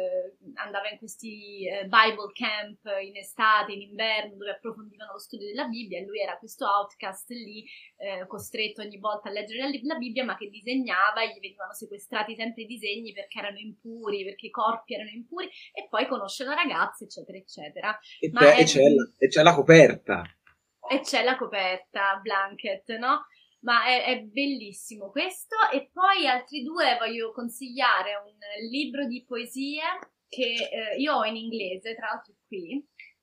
in questi Bible camp in estate, in inverno, dove approfondivano lo studio della Bibbia, e lui era questo outcast lì, costretto ogni volta a leggere la Bibbia, ma che disegnava, e gli venivano sequestrati sempre i disegni perché erano impuri, perché i corpi erano impuri, e poi conosce una ragazza, eccetera, eccetera. E c'è la coperta. E c'è la coperta, Blanket, no? Ma è bellissimo questo. E poi altri due voglio consigliare: un libro di poesie che io ho in inglese, tra l'altro qui,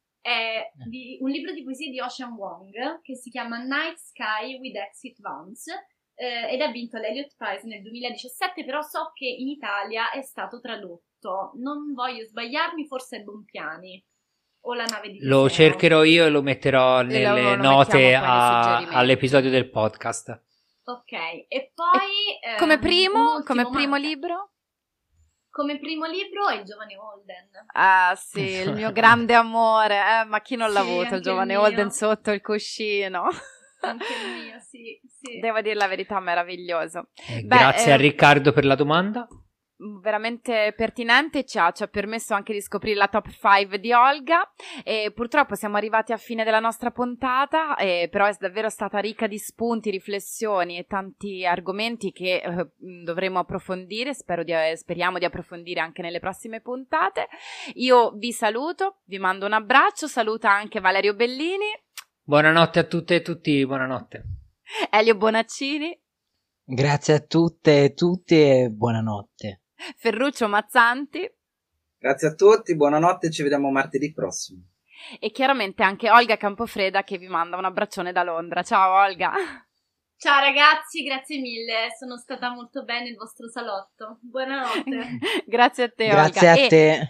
è un libro di poesie di Ocean Wong che si chiama Night Sky with Exit Wounds, ed ha vinto l'Elliott Prize nel 2017, però so che in Italia è stato tradotto, non voglio sbagliarmi, forse è Bonpiani o La nave di Lo Teseo. cercherò io e lo metterò nelle note all'episodio del podcast. Ok, e poi come primo manca. libro? Come primo libro è Il giovane Holden. Ah sì, il mio grande amore, ma chi non l'ha Sì, avuto il anche giovane il mio. Holden sotto il cuscino? Anche il mio, sì. Devo dire la verità, meraviglioso. Grazie a Riccardo per la domanda. Veramente pertinente, ci ha permesso anche di scoprire la top 5 di Olga, e purtroppo siamo arrivati a fine della nostra puntata, però è davvero stata ricca di spunti, riflessioni e tanti argomenti che dovremo approfondire. Speriamo di approfondire anche nelle prossime puntate. Io vi saluto, vi mando un abbraccio, saluta anche Valerio Bellini. Buonanotte a tutte e tutti, buonanotte. Elio Bonaccini. Grazie a tutte e tutti e buonanotte. Ferruccio Mazzanti. Grazie a tutti, buonanotte, ci vediamo martedì prossimo. E chiaramente anche Olga Campofreda, che vi manda un abbraccione da Londra. Ciao Olga. Ciao ragazzi, grazie mille, sono stata molto bene nel vostro salotto. Buonanotte. Grazie a te, Grazie Olga. a te.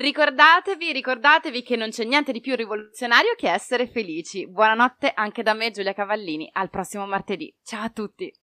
Ricordatevi che non c'è niente di più rivoluzionario che essere felici. Buonanotte anche da me, Giulia Cavallini. Al prossimo martedì. Ciao a tutti.